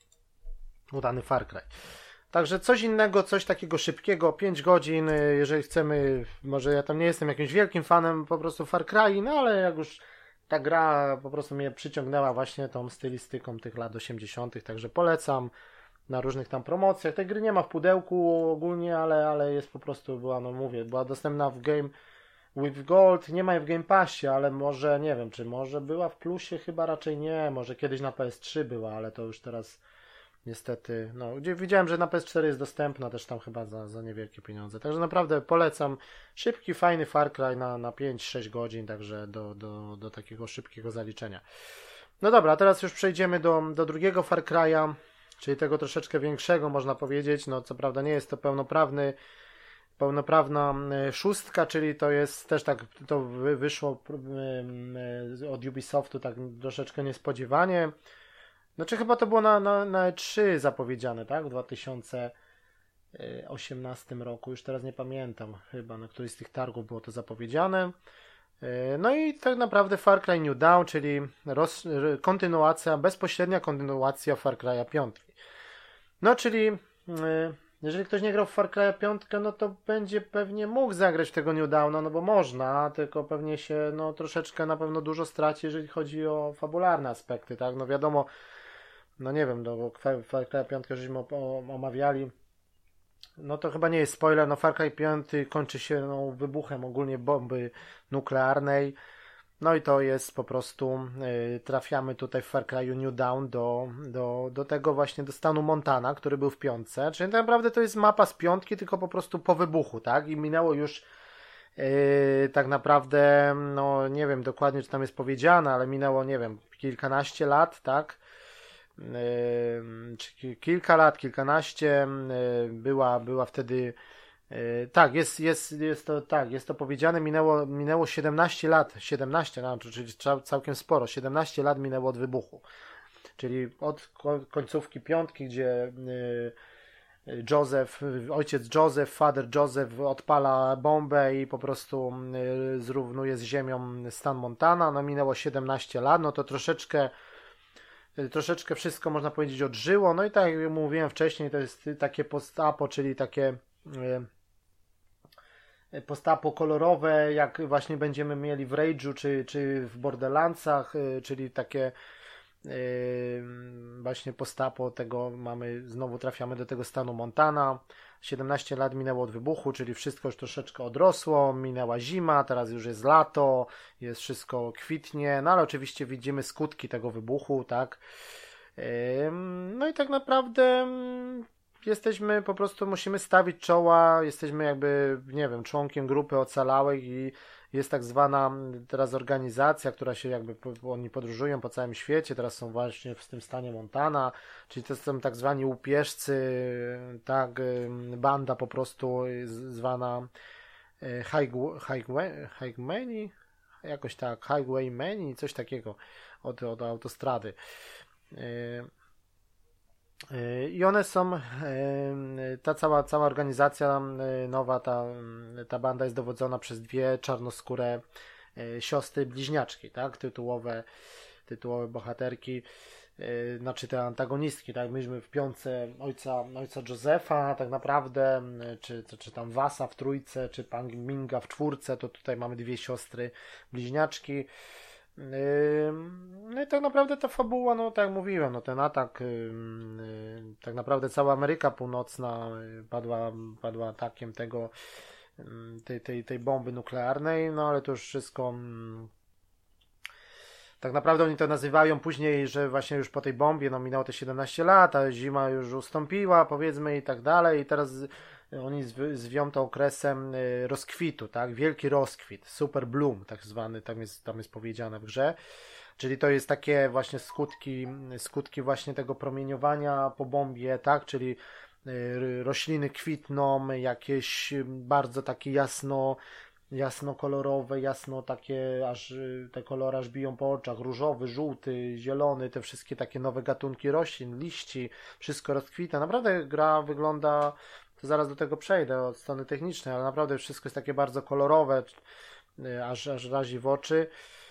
udany Far Cry. Także coś innego, coś takiego szybkiego, pięć godzin, jeżeli chcemy, może ja tam nie jestem jakimś wielkim fanem po prostu Far Cry, no ale jak już ta gra po prostu mnie przyciągnęła właśnie tą stylistyką tych lat osiemdziesiątych, także polecam na różnych tam promocjach. Tej gry nie ma w pudełku ogólnie, ale, ale jest po prostu, była, no mówię, była dostępna w Game with Gold, nie ma jej w Game Passie, ale może, nie wiem, czy może była w plusie, chyba raczej nie, może kiedyś na P S trzy była, ale to już teraz niestety, no, gdzie widziałem, że na P S cztery jest dostępna też tam chyba za, za niewielkie pieniądze. Także naprawdę polecam. Szybki, fajny Far Cry na, na pięć sześć godzin, także do, do, do takiego szybkiego zaliczenia. No dobra, a teraz już przejdziemy do, do drugiego Far Cry'a, czyli tego troszeczkę większego, można powiedzieć. No, co prawda nie jest to pełnoprawny, pełnoprawna szóstka, czyli to jest też tak, to wyszło od Ubisoftu tak troszeczkę niespodziewanie. Znaczy chyba to było na, na, na E trzy zapowiedziane, tak? W dwa tysiące osiemnastym roku, już teraz nie pamiętam, chyba na którymś z tych targów było to zapowiedziane. No i tak naprawdę Far Cry New Dawn, czyli roz, kontynuacja, bezpośrednia kontynuacja Far Cry'a pięć. No czyli jeżeli ktoś nie grał w Far Cry'a pięć, no to będzie pewnie mógł zagrać w tego New Dawna, no bo można, tylko pewnie się no troszeczkę na pewno dużo straci, jeżeli chodzi o fabularne aspekty, tak? No wiadomo, no nie wiem, no Far Cry'a pięć żeśmy omawiali, no to chyba nie jest spoiler, no Far Cry pięć kończy się no, wybuchem ogólnie bomby nuklearnej, no i to jest po prostu, y, trafiamy tutaj w Far Cry'u New Dawn do, do, do tego właśnie, do stanu Montana, który był w piątce, czyli tak naprawdę to jest mapa z piątki, tylko po prostu po wybuchu, tak, i minęło już y, tak naprawdę, no nie wiem dokładnie, czy tam jest powiedziane, ale minęło, nie wiem, kilkanaście lat, tak, czy kilka lat, kilkanaście, była, była wtedy, tak, jest, jest, jest to, tak, jest to powiedziane, minęło, minęło siedemnaście lat, siedemnaście, no, czyli całkiem sporo, siedemnaście lat minęło od wybuchu, czyli od końcówki piątki, gdzie Joseph, ojciec Joseph, father Joseph odpala bombę i po prostu zrównuje z ziemią stan Montana, no minęło siedemnaście lat, no to troszeczkę troszeczkę wszystko można powiedzieć odżyło, no i tak jak mówiłem wcześniej, to jest takie post-apo, czyli takie post-apo kolorowe, jak właśnie będziemy mieli w Rage'u czy, czy w Borderlandsach, czyli takie właśnie post-apo tego mamy, znowu trafiamy do tego stanu Montana. siedemnaście lat minęło od wybuchu, czyli wszystko już troszeczkę odrosło, minęła zima, teraz już jest lato, jest wszystko kwitnie, no ale oczywiście widzimy skutki tego wybuchu, tak. No i tak naprawdę jesteśmy, po prostu musimy stawić czoła, jesteśmy jakby, nie wiem, członkiem grupy ocalałych i jest tak zwana teraz organizacja, która się jakby, oni podróżują po całym świecie, teraz są właśnie w tym stanie Montana, czyli to są tak zwani łupieżcy, tak, banda po prostu zwana Highway, jakoś tak, Highwaymen, coś takiego od, od autostrady. I one są, ta cała, cała organizacja nowa, ta, ta banda jest dowodzona przez dwie czarnoskóre siostry bliźniaczki, tak, tytułowe, tytułowe bohaterki, znaczy te antagonistki, tak, myśmy w piątce ojca, ojca Josefa tak naprawdę, czy, czy tam Wasa w trójce, czy Pang Minga w czwórce, to tutaj mamy dwie siostry bliźniaczki. No i tak naprawdę ta fabuła, no tak jak mówiłem, no ten atak, tak naprawdę cała Ameryka Północna padła, padła atakiem tego, tej, tej, tej bomby nuklearnej, no ale to już wszystko, tak naprawdę oni to nazywają później, że właśnie już po tej bombie, no minęło te siedemnaście lat, a zima już ustąpiła, powiedzmy, i tak dalej, i teraz oni zwią to okresem rozkwitu, tak, wielki rozkwit, super bloom, tak zwany, tam jest, tam jest powiedziane w grze, czyli to jest takie właśnie skutki, skutki właśnie tego promieniowania po bombie, tak, czyli rośliny kwitną, jakieś bardzo takie jasno, jasno kolorowe, jasno takie, aż te kolory aż biją po oczach, różowy, żółty, zielony, te wszystkie takie nowe gatunki roślin, liści, wszystko rozkwita, naprawdę gra wygląda, to zaraz do tego przejdę od strony technicznej, ale naprawdę wszystko jest takie bardzo kolorowe, aż, aż razi w oczy.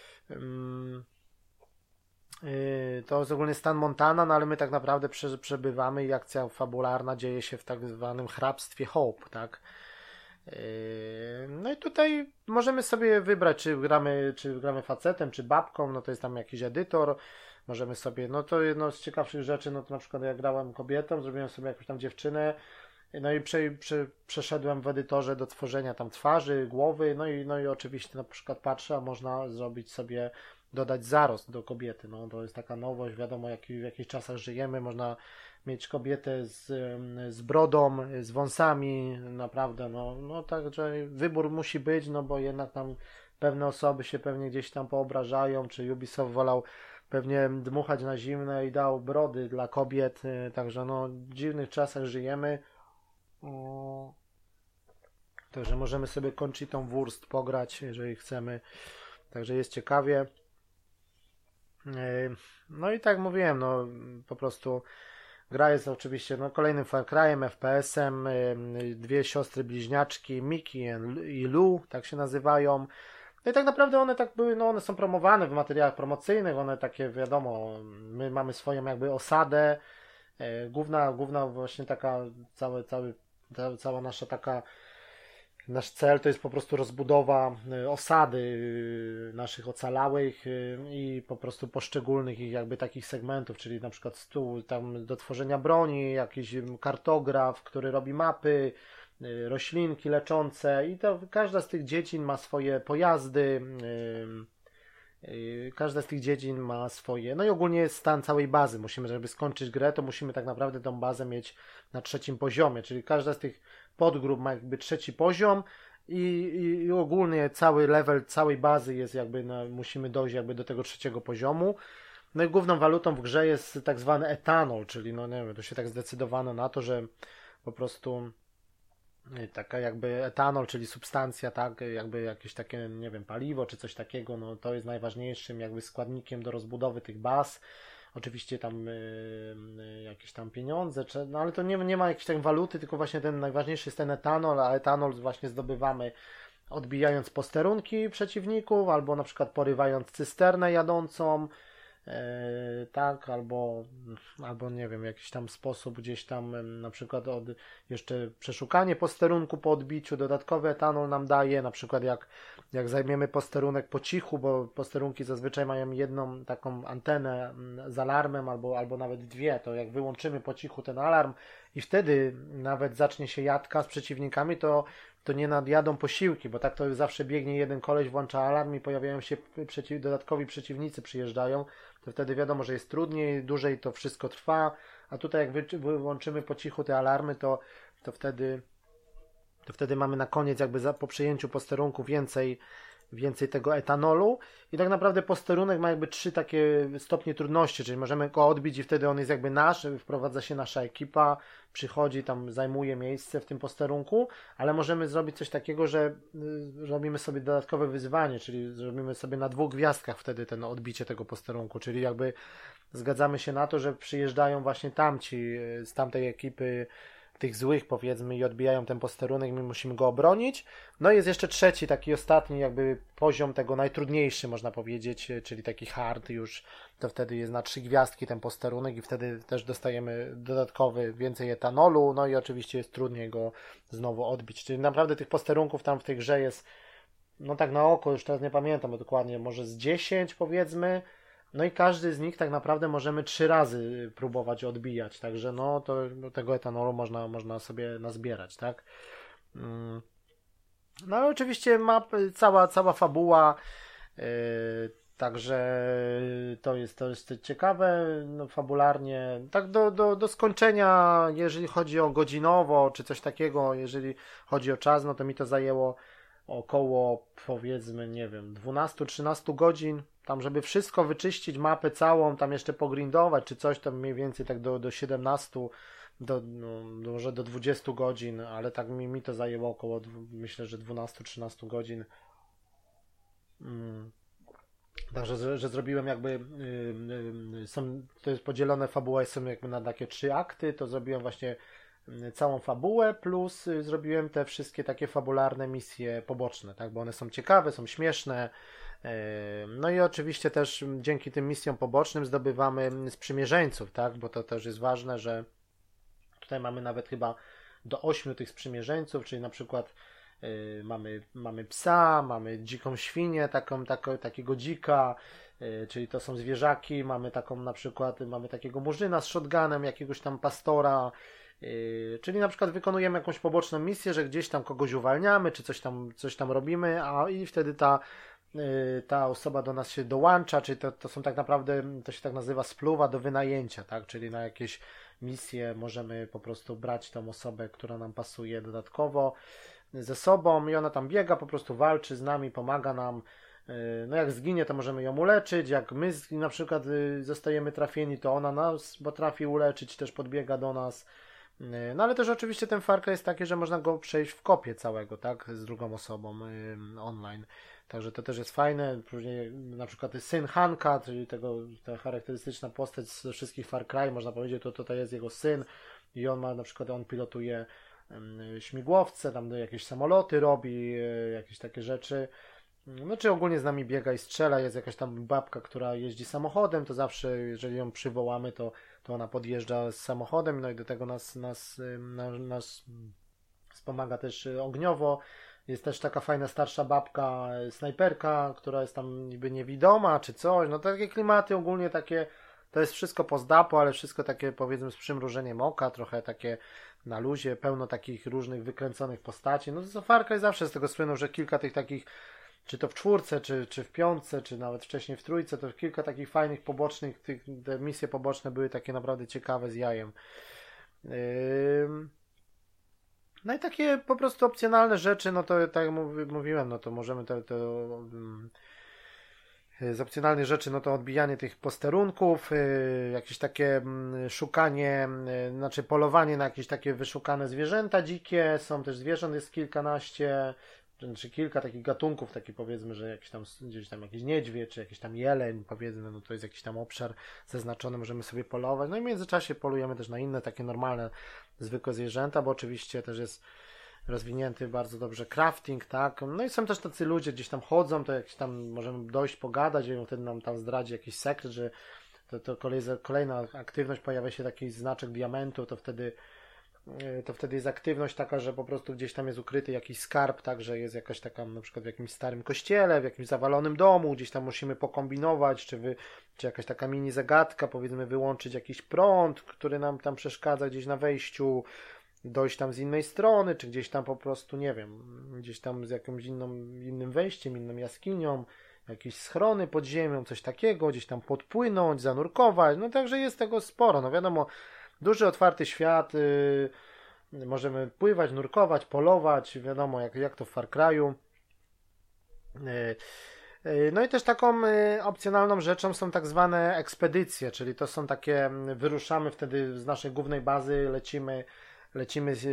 To jest ogólnie stan Montana, no ale my tak naprawdę przebywamy i akcja fabularna dzieje się w tak zwanym hrabstwie Hope, tak? No i tutaj możemy sobie wybrać, czy gramy, czy gramy facetem, czy babką, no to jest tam jakiś edytor, możemy sobie, no to jedno z ciekawszych rzeczy, no to na przykład ja grałem kobietą, zrobiłem sobie jakąś tam dziewczynę, no i prze, prze, przeszedłem w edytorze do tworzenia tam twarzy, głowy, no i, no i oczywiście na przykład patrzę, a można zrobić sobie, dodać zarost do kobiety, no to jest taka nowość, wiadomo jak, w jakich czasach żyjemy, można mieć kobietę z, z brodą, z wąsami, naprawdę, no, no także wybór musi być, no bo jednak tam pewne osoby się pewnie gdzieś tam poobrażają, czy Ubisoft wolał pewnie dmuchać na zimne i dał brody dla kobiet, także no w dziwnych czasach żyjemy. O, także możemy sobie Conchitą Wurst pograć, jeżeli chcemy, także jest ciekawie. No i tak mówiłem, no po prostu Gra jest oczywiście no, kolejnym Far Cry'em, F P S-em, dwie siostry bliźniaczki, Miki i Lu, tak się nazywają. No i tak naprawdę one tak były, no one są promowane w materiałach promocyjnych, one takie wiadomo, my mamy swoją jakby osadę, główna, główna właśnie taka, cały, cały, cała nasza taka nasz cel to jest po prostu rozbudowa osady naszych ocalałych i po prostu poszczególnych ich jakby takich segmentów, czyli na przykład stół tam do tworzenia broni, jakiś kartograf, który robi mapy, roślinki leczące i to każda z tych dziedzin ma swoje pojazdy, każda z tych dziedzin ma swoje, no i ogólnie jest stan całej bazy. Musimy, żeby skończyć grę, to musimy tak naprawdę tą bazę mieć na trzecim poziomie, czyli każda z tych podgrup ma jakby trzeci poziom i, i, i ogólnie cały level całej bazy jest jakby, no, musimy dojść jakby do tego trzeciego poziomu. No i główną walutą w grze jest tak zwany etanol, czyli no nie wiem, to się tak zdecydowano na to, że po prostu taka jakby etanol, czyli substancja, tak, jakby jakieś takie, nie wiem, paliwo czy coś takiego, no to jest najważniejszym jakby składnikiem do rozbudowy tych baz. Oczywiście tam y, jakieś tam pieniądze, czy, no ale to nie, nie ma jakiejś tam waluty, tylko właśnie ten najważniejszy jest ten etanol, a etanol właśnie zdobywamy odbijając posterunki przeciwników, albo na przykład porywając cysternę jadącą, Yy, tak, albo, albo nie wiem, jakiś tam sposób gdzieś tam na przykład od, jeszcze przeszukanie posterunku po odbiciu, dodatkowy etanol nam daje, na przykład jak, jak zajmiemy posterunek po cichu, bo posterunki zazwyczaj mają jedną taką antenę z alarmem albo, albo nawet dwie, to jak wyłączymy po cichu ten alarm i wtedy nawet zacznie się jadka z przeciwnikami, to to nie nadjadą posiłki, bo tak to zawsze biegnie jeden koleś, włącza alarm i pojawiają się przeciw, dodatkowi przeciwnicy przyjeżdżają, to wtedy wiadomo, że jest trudniej, dłużej to wszystko trwa, a tutaj jak wy, wyłączymy po cichu te alarmy, to, to wtedy to wtedy mamy na koniec jakby za, po przejęciu posterunku więcej więcej tego etanolu i tak naprawdę posterunek ma jakby trzy takie stopnie trudności, czyli możemy go odbić i wtedy on jest jakby nasz, wprowadza się nasza ekipa, przychodzi tam, zajmuje miejsce w tym posterunku, ale możemy zrobić coś takiego, że y, robimy sobie dodatkowe wyzwanie, czyli zrobimy sobie na dwóch gwiazdkach wtedy ten odbicie tego posterunku, czyli jakby zgadzamy się na to, że przyjeżdżają właśnie tamci y, z tamtej ekipy tych złych powiedzmy i odbijają ten posterunek, my musimy go obronić. No i jest jeszcze trzeci, taki ostatni jakby poziom tego najtrudniejszy można powiedzieć, czyli taki hard już, to wtedy jest na trzy gwiazdki ten posterunek i wtedy też dostajemy dodatkowy więcej etanolu, no i oczywiście jest trudniej go znowu odbić, czyli naprawdę tych posterunków tam w tej grze jest, no tak na oko, już teraz nie pamiętam dokładnie, może z dziesięć powiedzmy. No i każdy z nich tak naprawdę możemy trzy razy próbować odbijać, także no to do tego etanolu można, można sobie nazbierać, tak? No ale oczywiście ma cała, cała fabuła, yy, także to jest, to jest ciekawe, no, fabularnie, tak do, do, do skończenia, jeżeli chodzi o godzinowo, czy coś takiego, jeżeli chodzi o czas, no to mi to zajęło około, powiedzmy, nie wiem, dwanaście trzynaście godzin, tam żeby wszystko wyczyścić, mapę całą, tam jeszcze pogrindować, czy coś, to mniej więcej tak do, do siedemnastu, do, no, może do dwudziestu godzin, ale tak mi, mi to zajęło około, myślę, że dwanaście trzynaście godzin. Hmm. Także, że, że zrobiłem jakby, yy, yy, są, to jest podzielone, fabuła są jakby na takie trzy akty, to zrobiłem właśnie całą fabułę, plus zrobiłem te wszystkie takie fabularne misje poboczne, tak, bo one są ciekawe, są śmieszne. No i oczywiście też dzięki tym misjom pobocznym zdobywamy sprzymierzeńców, tak, bo to też jest ważne, że tutaj mamy nawet chyba do ośmiu tych sprzymierzeńców, czyli na przykład yy, mamy, mamy psa, mamy dziką świnię, taką, taką, takiego dzika, yy, czyli to są zwierzaki, mamy taką na przykład, mamy takiego murzyna z shotgunem, jakiegoś tam pastora. Yy, czyli na przykład wykonujemy jakąś poboczną misję, że gdzieś tam kogoś uwalniamy, czy coś tam, coś tam robimy, a i wtedy ta, yy, ta osoba do nas się dołącza, czyli to, to są tak naprawdę, to się tak nazywa spluwa do wynajęcia, tak? Czyli na jakieś misje możemy po prostu brać tą osobę, która nam pasuje dodatkowo ze sobą i ona tam biega, po prostu walczy z nami, pomaga nam. No jak zginie, to możemy ją uleczyć, jak my na przykład zostajemy trafieni, to ona nas potrafi uleczyć, też podbiega do nas. No ale też oczywiście ten Far Cry jest taki, że można go przejść w kopie całego, tak, z drugą osobą yy, online. Także to też jest fajne. Później na przykład jest syn Hanka, czyli tego, ta charakterystyczna postać ze wszystkich Far Cry, można powiedzieć, to tutaj jest jego syn i on ma na przykład, on pilotuje um, śmigłowce, tam jakieś samoloty robi, jakieś takie rzeczy. No czy ogólnie z nami biega i strzela, jest jakaś tam babka, która jeździ samochodem, to zawsze jeżeli ją przywołamy, to, to ona podjeżdża z samochodem, no i do tego nas, nas, nas, nas wspomaga też ogniowo. Jest też taka fajna starsza babka, snajperka, która jest tam niby niewidoma czy coś, no takie klimaty ogólnie takie, to jest wszystko post-apo, ale wszystko takie powiedzmy z przymrużeniem oka, trochę takie na luzie, pełno takich różnych wykręconych postaci. No to Far Cry zawsze z tego słynął, że kilka tych takich, czy to w czwórce, czy, czy w piątce, czy nawet wcześniej w trójce, to kilka takich fajnych pobocznych, tych, te misje poboczne były takie naprawdę ciekawe z jajem. Yy... No i takie po prostu opcjonalne rzeczy, no to tak jak mówiłem, no to możemy to, to um, z opcjonalnych rzeczy, no to odbijanie tych posterunków, yy, jakieś takie um, szukanie, yy, znaczy polowanie na jakieś takie wyszukane zwierzęta dzikie, są też zwierząt, jest kilkanaście, czy kilka takich gatunków, taki powiedzmy, że jakiś tam, gdzieś tam jakiś niedźwiedź, czy jakiś tam jeleń, powiedzmy, no to jest jakiś tam obszar zaznaczony, możemy sobie polować, no i w międzyczasie polujemy też na inne takie normalne, zwykłe zwierzęta, bo oczywiście też jest rozwinięty bardzo dobrze crafting, tak, no i są też tacy ludzie, gdzieś tam chodzą, to jakiś tam możemy dojść, pogadać i on wtedy nam tam zdradzi jakiś sekret, że to, to kolejna aktywność, pojawia się taki znaczek diamentu, to wtedy to wtedy jest aktywność taka, że po prostu gdzieś tam jest ukryty jakiś skarb, tak, że jest jakaś taka na przykład w jakimś starym kościele, w jakimś zawalonym domu, gdzieś tam musimy pokombinować, czy, wy, czy jakaś taka mini zagadka, powiedzmy wyłączyć jakiś prąd, który nam tam przeszkadza gdzieś na wejściu, dojść tam z innej strony, czy gdzieś tam po prostu, nie wiem, gdzieś tam z jakimś inną, innym wejściem, inną jaskinią, jakieś schrony pod ziemią, coś takiego, gdzieś tam podpłynąć, zanurkować, no także jest tego sporo, no wiadomo, duży, otwarty świat, yy, możemy pływać, nurkować, polować, wiadomo jak, jak to w Far Cry'u. Yy, yy, no i też taką yy, opcjonalną rzeczą są tak zwane ekspedycje, czyli to są takie, wyruszamy wtedy z naszej głównej bazy, lecimy, lecimy yy,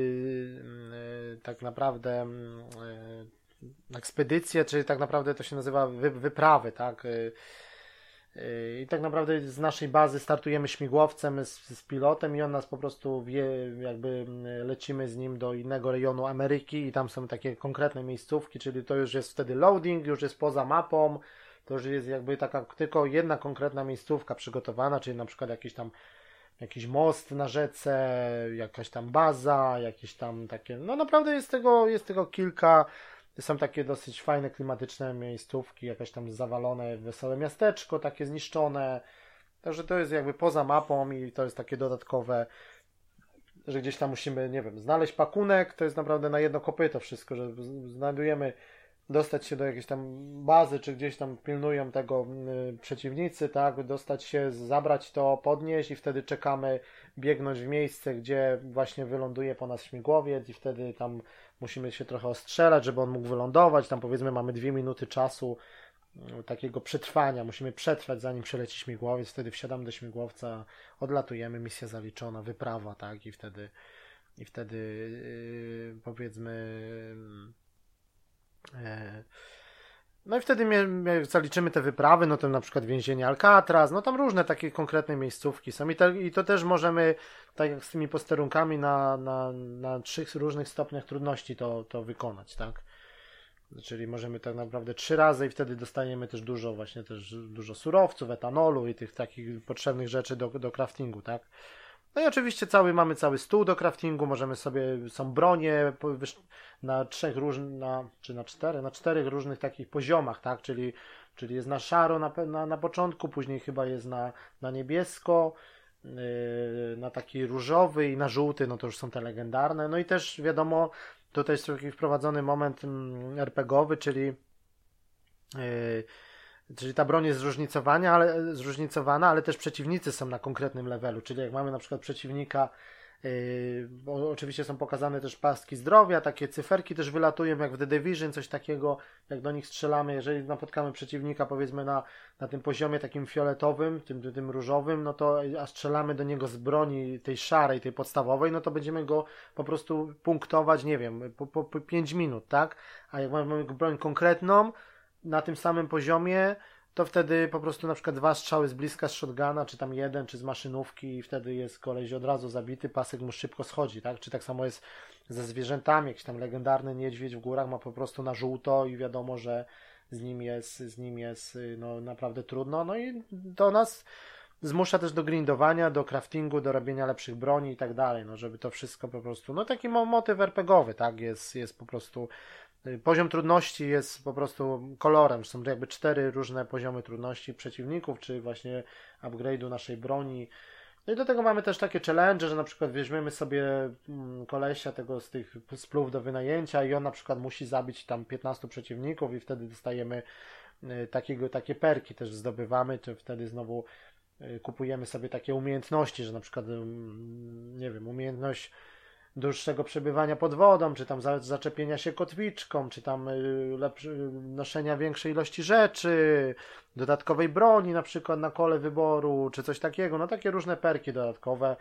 yy, tak naprawdę yy, ekspedycje, czyli tak naprawdę to się nazywa wy, wyprawy, tak, yy, i tak naprawdę z naszej bazy startujemy śmigłowcem z, z pilotem i on nas po prostu wie, jakby lecimy z nim do innego rejonu Ameryki i tam są takie konkretne miejscówki, czyli to już jest wtedy loading, już jest poza mapą, to już jest jakby taka tylko jedna konkretna miejscówka przygotowana, czyli na przykład jakiś tam jakiś most na rzece, jakaś tam baza, jakieś tam takie, no naprawdę jest tego, jest tego kilka. Są takie dosyć fajne, klimatyczne miejscówki, jakieś tam zawalone, wesołe miasteczko, takie zniszczone. Także to jest jakby poza mapą i to jest takie dodatkowe, że gdzieś tam musimy, nie wiem, znaleźć pakunek, to jest naprawdę na jedno kopyto wszystko, że znajdujemy, dostać się do jakiejś tam bazy, czy gdzieś tam pilnują tego y, przeciwnicy, tak, dostać się, zabrać to, podnieść i wtedy czekamy, biegnąć w miejsce, gdzie właśnie wyląduje po nas śmigłowiec i wtedy tam musimy się trochę ostrzelać, żeby on mógł wylądować, tam powiedzmy mamy dwie minuty czasu y, takiego przetrwania, musimy przetrwać zanim przyleci śmigłowiec, wtedy wsiadamy do śmigłowca, odlatujemy, misja zaliczona, wyprawa, tak, i wtedy i wtedy y, powiedzmy no i wtedy zaliczymy te wyprawy, no to na przykład więzienie Alcatraz, no tam różne takie konkretne miejscówki są i, te, i to też możemy, tak jak z tymi posterunkami, na, na, na trzech różnych stopniach trudności to, to wykonać, tak? Czyli możemy tak naprawdę trzy razy i wtedy dostaniemy też dużo właśnie też dużo surowców, etanolu i tych takich potrzebnych rzeczy do, do craftingu, tak? No i oczywiście cały, mamy cały stół do craftingu, możemy sobie, są bronie na trzech różnych, na, czy na czterech, na czterech różnych takich poziomach, tak, czyli, czyli jest na szaro na, na, na początku, później chyba jest na, na niebiesko, yy, na taki różowy i na żółty, no to już są te legendarne, no i też wiadomo, tutaj jest taki wprowadzony moment mm, er pe gie owy, czyli yy, Czyli ta broń jest zróżnicowana ale, zróżnicowana, ale też przeciwnicy są na konkretnym levelu. Czyli jak mamy na przykład przeciwnika Yy, bo oczywiście są pokazane też pastki zdrowia, takie cyferki też wylatują jak w The Division, coś takiego, jak do nich strzelamy, jeżeli napotkamy przeciwnika powiedzmy na, na tym poziomie takim fioletowym, tym, tym różowym, no to a strzelamy do niego z broni tej szarej, tej podstawowej, no to będziemy go po prostu punktować, nie wiem, po, po, po pięć minut, tak? A jak mamy broń konkretną na tym samym poziomie, to wtedy po prostu na przykład dwa strzały z bliska z shotguna, czy tam jeden, czy z maszynówki i wtedy jest koleś od razu zabity, pasek mu szybko schodzi, tak? Czy tak samo jest ze zwierzętami, jakiś tam legendarny niedźwiedź w górach ma po prostu na żółto i wiadomo, że z nim jest, z nim jest no naprawdę trudno, no i to nas zmusza też do grindowania, do craftingu, do robienia lepszych broni i tak dalej, no żeby to wszystko po prostu, no taki motyw er pe gie owy, tak? Jest, jest po prostu poziom trudności jest po prostu kolorem. Są jakby cztery różne poziomy trudności przeciwników, czy właśnie upgrade'u naszej broni. No i do tego mamy też takie challenge, że na przykład weźmiemy sobie kolesia tego z tych splów do wynajęcia i on na przykład musi zabić tam piętnastu przeciwników i wtedy dostajemy takiego, takie perki też zdobywamy, czy wtedy znowu kupujemy sobie takie umiejętności, że na przykład nie wiem, umiejętność dłuższego przebywania pod wodą, czy tam zaczepienia się kotwiczką, czy tam lepszy, noszenia większej ilości rzeczy, dodatkowej broni na przykład na kole wyboru, czy coś takiego, no takie różne perki dodatkowe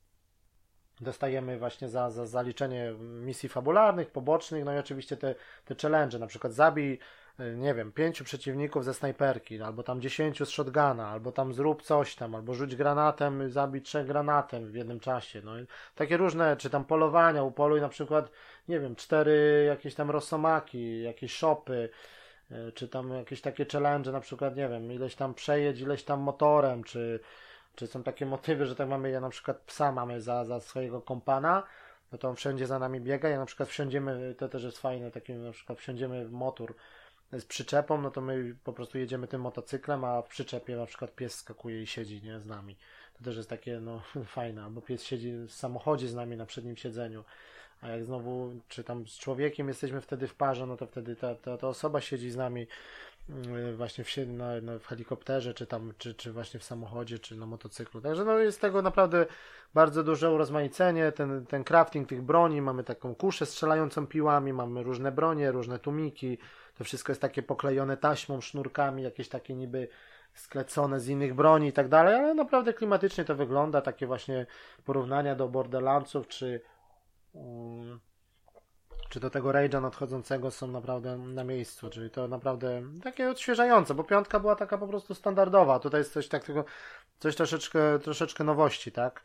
dostajemy właśnie za, za zaliczenie misji fabularnych, pobocznych, no i oczywiście te, te challenge, na przykład zabij nie wiem, pięciu przeciwników ze snajperki, albo tam dziesięciu z shotguna, albo tam zrób coś tam, albo rzuć granatem, zabij trzech granatem w jednym czasie, no i takie różne, czy tam polowania, upoluj na przykład, nie wiem, cztery jakieś tam rosomaki, jakieś shopy, czy tam jakieś takie challenge, na przykład, nie wiem, ileś tam przejedź, ileś tam motorem, czy, czy są takie motywy, że tak mamy, ja na przykład psa mamy za, za swojego kompana, no to on wszędzie za nami biega, jak na przykład wsiądziemy, to też jest fajne, takie na przykład wsiądziemy w motor z przyczepą, no to my po prostu jedziemy tym motocyklem, a w przyczepie na przykład pies skakuje i siedzi, nie, z nami. To też jest takie, no, fajne, albo pies siedzi w samochodzie z nami na przednim siedzeniu, a jak znowu, czy tam z człowiekiem jesteśmy wtedy w parze, no to wtedy ta, ta, ta osoba siedzi z nami właśnie w, na, na, w helikopterze, czy tam, czy, czy właśnie w samochodzie, czy na motocyklu. Także no jest tego naprawdę bardzo duże urozmaicenie, ten, ten crafting tych broni, mamy taką kuszę strzelającą piłami, mamy różne bronie, różne tłumiki, to wszystko jest takie poklejone taśmą, sznurkami, jakieś takie niby sklecone z innych broni i tak dalej, ale naprawdę klimatycznie to wygląda, takie właśnie porównania do Borderlandsów, czy um, czy do tego Rage'a nadchodzącego są naprawdę na miejscu, czyli to naprawdę takie odświeżające, bo piątka była taka po prostu standardowa, a tutaj jest coś takiego, coś troszeczkę, troszeczkę nowości, tak?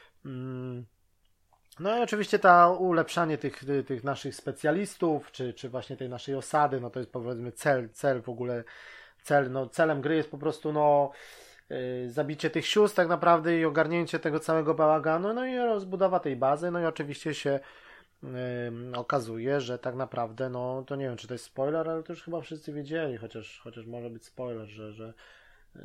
No i oczywiście ta ulepszanie tych, tych naszych specjalistów, czy, czy właśnie tej naszej osady, no to jest powiedzmy cel, cel w ogóle, cel, no celem gry jest po prostu no yy, zabicie tych sióstr tak naprawdę i ogarnięcie tego całego bałaganu, no i rozbudowa tej bazy, no i oczywiście się Yy, okazuje, że tak naprawdę, no to nie wiem, czy to jest spoiler, ale to już chyba wszyscy wiedzieli, chociaż, chociaż może być spoiler, że, że yy,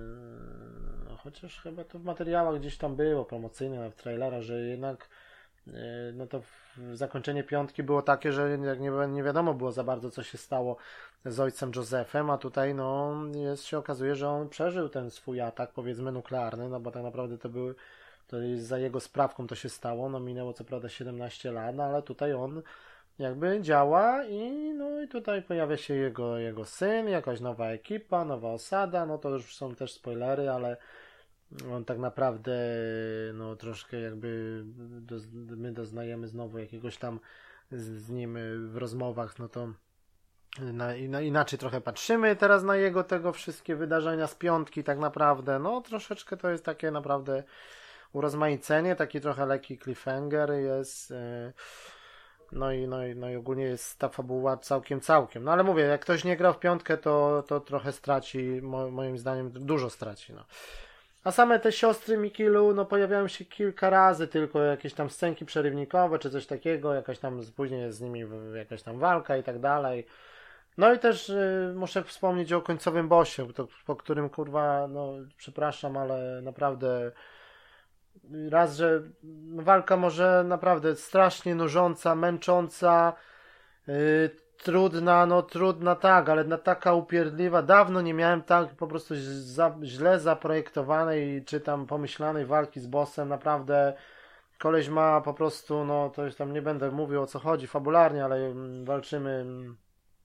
no, chociaż chyba to w materiałach gdzieś tam było promocyjne, w trailerach, że jednak yy, no to w, zakończenie piątki było takie, że jak nie, nie wiadomo było za bardzo, co się stało z ojcem Josephem, a tutaj no jest, się okazuje, że on przeżył ten swój atak, powiedzmy nuklearny, no bo tak naprawdę to były to jest za jego sprawką to się stało, no minęło co prawda siedemnaście lat, no ale tutaj on jakby działa i no i tutaj pojawia się jego, jego syn, jakaś nowa ekipa, nowa osada, no to już są też spoilery, ale on tak naprawdę no troszkę jakby do, my doznajemy znowu jakiegoś tam z, z nim w rozmowach, no to na, na, inaczej trochę patrzymy teraz na jego tego wszystkie wydarzenia z piątki tak naprawdę, no troszeczkę to jest takie naprawdę urozmaicenie, taki trochę lekki cliffhanger jest, no i, no, i, no i ogólnie jest ta fabuła całkiem, całkiem. No ale mówię, jak ktoś nie grał w piątkę, to, to trochę straci, mo, moim zdaniem dużo straci, no. A same te siostry Mikilu, no pojawiają się kilka razy tylko, jakieś tam scenki przerywnikowe, czy coś takiego, jakaś tam, później jest z nimi jakaś tam walka i tak dalej. No i też y, muszę wspomnieć o końcowym bossie, to, po którym kurwa, no przepraszam, ale naprawdę raz, że walka może naprawdę strasznie nużąca, męcząca, yy, trudna, no trudna tak, ale na taka upierdliwa. Dawno nie miałem tak po prostu za, źle zaprojektowanej czy tam pomyślanej walki z bossem. Naprawdę koleś ma po prostu, no to już tam nie będę mówił o co chodzi fabularnie, ale mm, walczymy mm,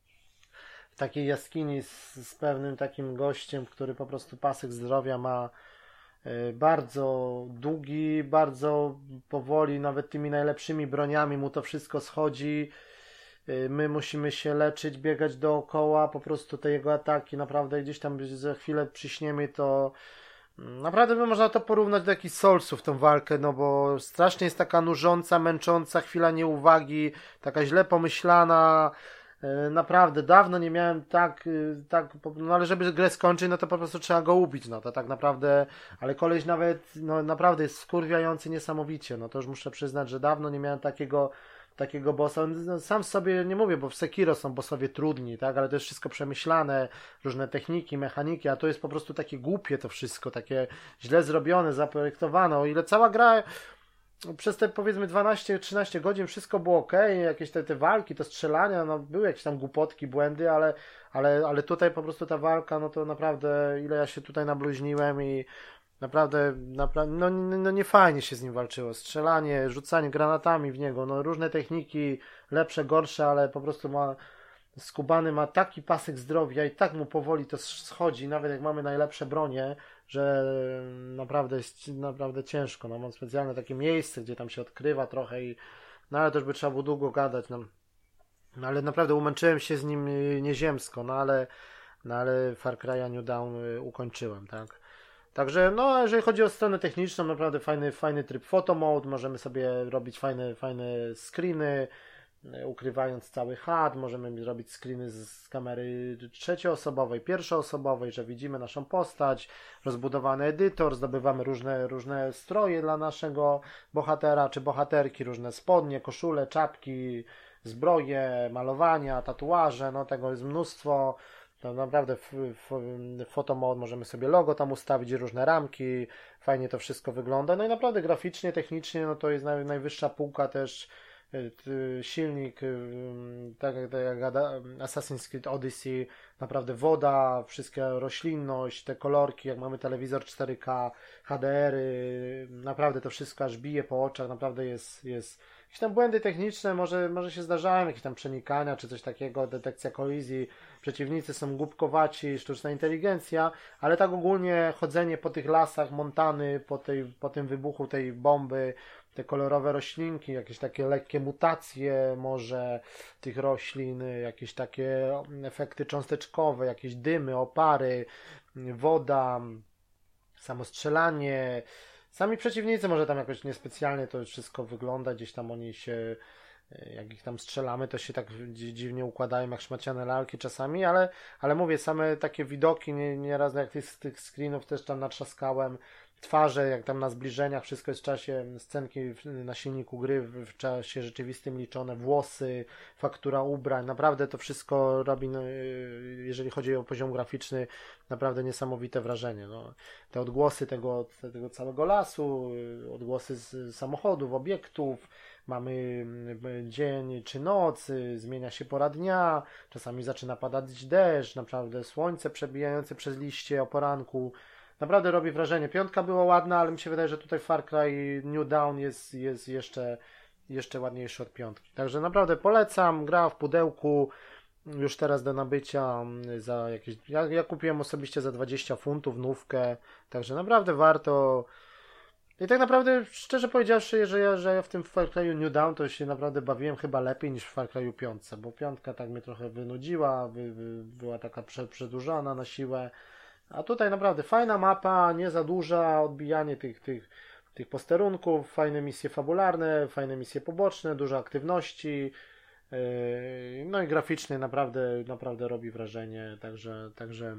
w takiej jaskini z, z pewnym takim gościem, który po prostu pasek zdrowia ma y, bardzo długi, bardzo powoli, nawet tymi najlepszymi broniami mu to wszystko schodzi. Y, My musimy się leczyć, biegać dookoła, po prostu te jego ataki, naprawdę gdzieś tam za chwilę przyśniemy to. Naprawdę by można to porównać do jakichś Soulsów, tą walkę, no bo strasznie jest taka nużąca, męcząca, chwila nieuwagi, taka źle pomyślana. E, Naprawdę, dawno nie miałem tak, y, tak, po- no ale żeby grę skończyć, no to po prostu trzeba go ubić, no to tak naprawdę, ale koleś nawet, no naprawdę jest wkurwiający niesamowicie, no to już muszę przyznać, że dawno nie miałem takiego, takiego bossa. No, sam sobie nie mówię, bo w Sekiro są bossowie trudni, tak, ale to jest wszystko przemyślane, różne techniki, mechaniki, a to jest po prostu takie głupie to wszystko, takie źle zrobione, zaprojektowane, o ile cała gra przez te powiedzmy dwanaście trzynaście godzin wszystko było ok, jakieś te, te walki, te strzelania, no były jakieś tam głupotki, błędy, ale, ale, ale tutaj po prostu ta walka, no to naprawdę ile ja się tutaj nabluźniłem i naprawdę, naprawdę no, no, no nie fajnie się z nim walczyło. Strzelanie, rzucanie granatami w niego, no różne techniki, lepsze, gorsze, ale po prostu ma skubany ma taki pasek zdrowia i tak mu powoli to schodzi, nawet jak mamy najlepsze bronie, że naprawdę jest naprawdę ciężko. No, mam specjalne takie miejsce, gdzie tam się odkrywa trochę i no ale też by trzeba było długo gadać. No, no ale naprawdę umęczyłem się z nim y, nieziemsko, no ale no ale Far Cry'a New Dawn y, ukończyłem, tak. Także, no, a jeżeli chodzi o stronę techniczną, naprawdę fajny, fajny tryb photo mode, możemy sobie robić fajne, fajne screeny, e, ukrywając cały H U D, możemy robić screeny z, z kamery trzecioosobowej, pierwszoosobowej, że widzimy naszą postać, rozbudowany edytor, zdobywamy różne, różne stroje dla naszego bohatera czy bohaterki, różne spodnie, koszule, czapki, zbroje, malowania, tatuaże, no tego jest mnóstwo. To naprawdę w, w, w photomod możemy sobie logo tam ustawić, różne ramki, fajnie to wszystko wygląda. No i naprawdę graficznie, technicznie, no to jest naj, najwyższa półka też, y, y, silnik, y, tak jak tak jak Ada- Assassin's Creed Odyssey, naprawdę woda, wszystka roślinność, te kolorki, jak mamy telewizor cztery K, H D R-y, naprawdę to wszystko aż bije po oczach, naprawdę jest, jest jakieś tam błędy techniczne, może, może się zdarzają, jakieś tam przenikania czy coś takiego, detekcja kolizji, przeciwnicy są głupkowaci, sztuczna inteligencja, ale tak ogólnie chodzenie po tych lasach Montany, po, tej, po tym wybuchu tej bomby, te kolorowe roślinki, jakieś takie lekkie mutacje może tych roślin, jakieś takie efekty cząsteczkowe, jakieś dymy, opary, woda, samo strzelanie, sami przeciwnicy może tam jakoś niespecjalnie to wszystko wygląda, gdzieś tam oni się, jak ich tam strzelamy, to się tak dzi- dziwnie układają jak szmaciane lalki czasami, ale, ale mówię, same takie widoki, nie- nieraz jak tych, tych screenów też tam natrzaskałem, twarze, jak tam na zbliżeniach, wszystko jest w czasie scenki w- na silniku gry, w w czasie rzeczywistym liczone, włosy, faktura ubrań, naprawdę to wszystko robi, no, yy, jeżeli chodzi o poziom graficzny, naprawdę niesamowite wrażenie. No. Te odgłosy tego, tego całego lasu, yy, odgłosy z samochodów, obiektów, mamy mm, dzień czy noc, y, zmienia się pora dnia, czasami zaczyna padać deszcz, naprawdę słońce przebijające przez liście o poranku. Naprawdę robi wrażenie. Piątka była ładna, ale mi się wydaje, że tutaj Far Cry New Dawn jest, jest jeszcze, jeszcze ładniejszy od piątki. Także naprawdę polecam. Gra w pudełku już teraz do nabycia mm, za jakieś. Ja, ja kupiłem osobiście za dwadzieścia funtów nówkę, także naprawdę warto. I tak naprawdę, szczerze powiedziawszy, że ja, że ja w tym Far Cry'u New Dawn to się naprawdę bawiłem chyba lepiej niż w Far Cry'u piątce, bo piątka tak mnie trochę wynudziła, wy, wy, była taka prze, przedłużana na siłę. A tutaj naprawdę fajna mapa, nie za duża, odbijanie tych, tych, tych posterunków, fajne misje fabularne, fajne misje poboczne, dużo aktywności. Yy, no i graficznie naprawdę, naprawdę robi wrażenie, także, także,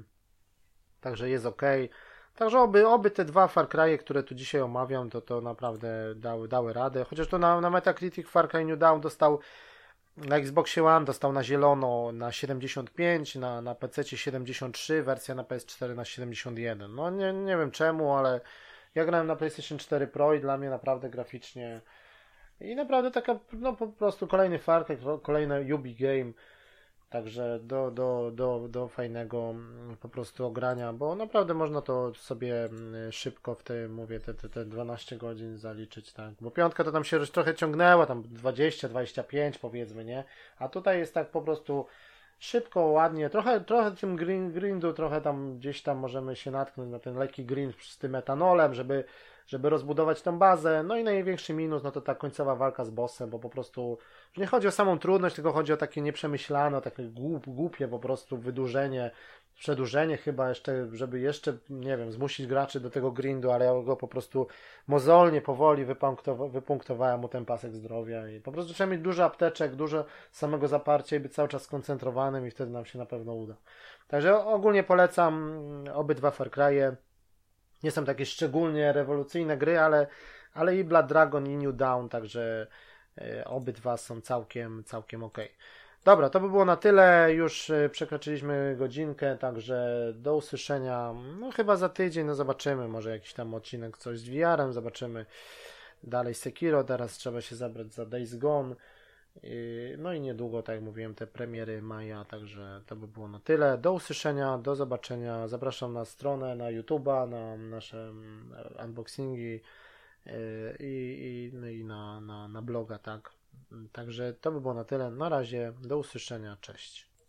także jest ok. Także oby, oby te dwa Far Cry'e, które tu dzisiaj omawiam, to, to naprawdę dały, dały radę. Chociaż to na, na Metacritic Far Cry New Dawn dostał na Xboxie One, dostał na zielono na siedemdziesiąt pięć, na, na P C siedemdziesiąt trzy, wersja na P S cztery na siedemdziesiąt jeden. No nie, nie wiem czemu, ale ja grałem na PlayStation cztery Pro i dla mnie naprawdę graficznie i naprawdę taka, no po prostu kolejny Far Cry, kolejny Ubi Game. Także do, do, do, do fajnego po prostu ogrania, bo naprawdę można to sobie szybko w te, mówię, te, te, te dwanaście godzin zaliczyć, tak. Bo piątka to tam się już trochę ciągnęła, tam dwadzieścia, dwadzieścia pięć powiedzmy, nie? A tutaj jest tak po prostu szybko, ładnie, trochę, trochę tym green, grindu, trochę tam gdzieś tam możemy się natknąć na ten lekki grind z tym etanolem, żeby, żeby rozbudować tą bazę. No i największy minus, no to ta końcowa walka z bossem, bo po prostu nie chodzi o samą trudność, tylko chodzi o takie nieprzemyślane, takie głup, głupie po prostu wydłużenie, przedłużenie chyba jeszcze, żeby jeszcze, nie wiem, zmusić graczy do tego grindu, ale ja go po prostu mozolnie, powoli wypunktowa- wypunktowałem mu ten pasek zdrowia i po prostu trzeba mieć dużo apteczek, dużo samego zaparcia i być cały czas skoncentrowanym i wtedy nam się na pewno uda. Także ogólnie polecam obydwa Far Cry'e. Nie są takie szczególnie rewolucyjne gry, ale, ale i Blood Dragon i New Dawn, także e, obydwa są całkiem, całkiem ok. Dobra, to by było na tyle. Już e, przekroczyliśmy godzinkę, także do usłyszenia. No chyba za tydzień, no zobaczymy. Może jakiś tam odcinek, coś z V R-em, zobaczymy. Dalej Sekiro, teraz trzeba się zabrać za Days Gone. I- No i niedługo, tak jak mówiłem, te premiery maja, także to by było na tyle. Do usłyszenia, do zobaczenia. Zapraszam na stronę, na YouTube'a, na nasze mm, unboxingi yy, i, i, no i na, na, na bloga, tak. Także to by było na tyle. Na razie, do usłyszenia, cześć.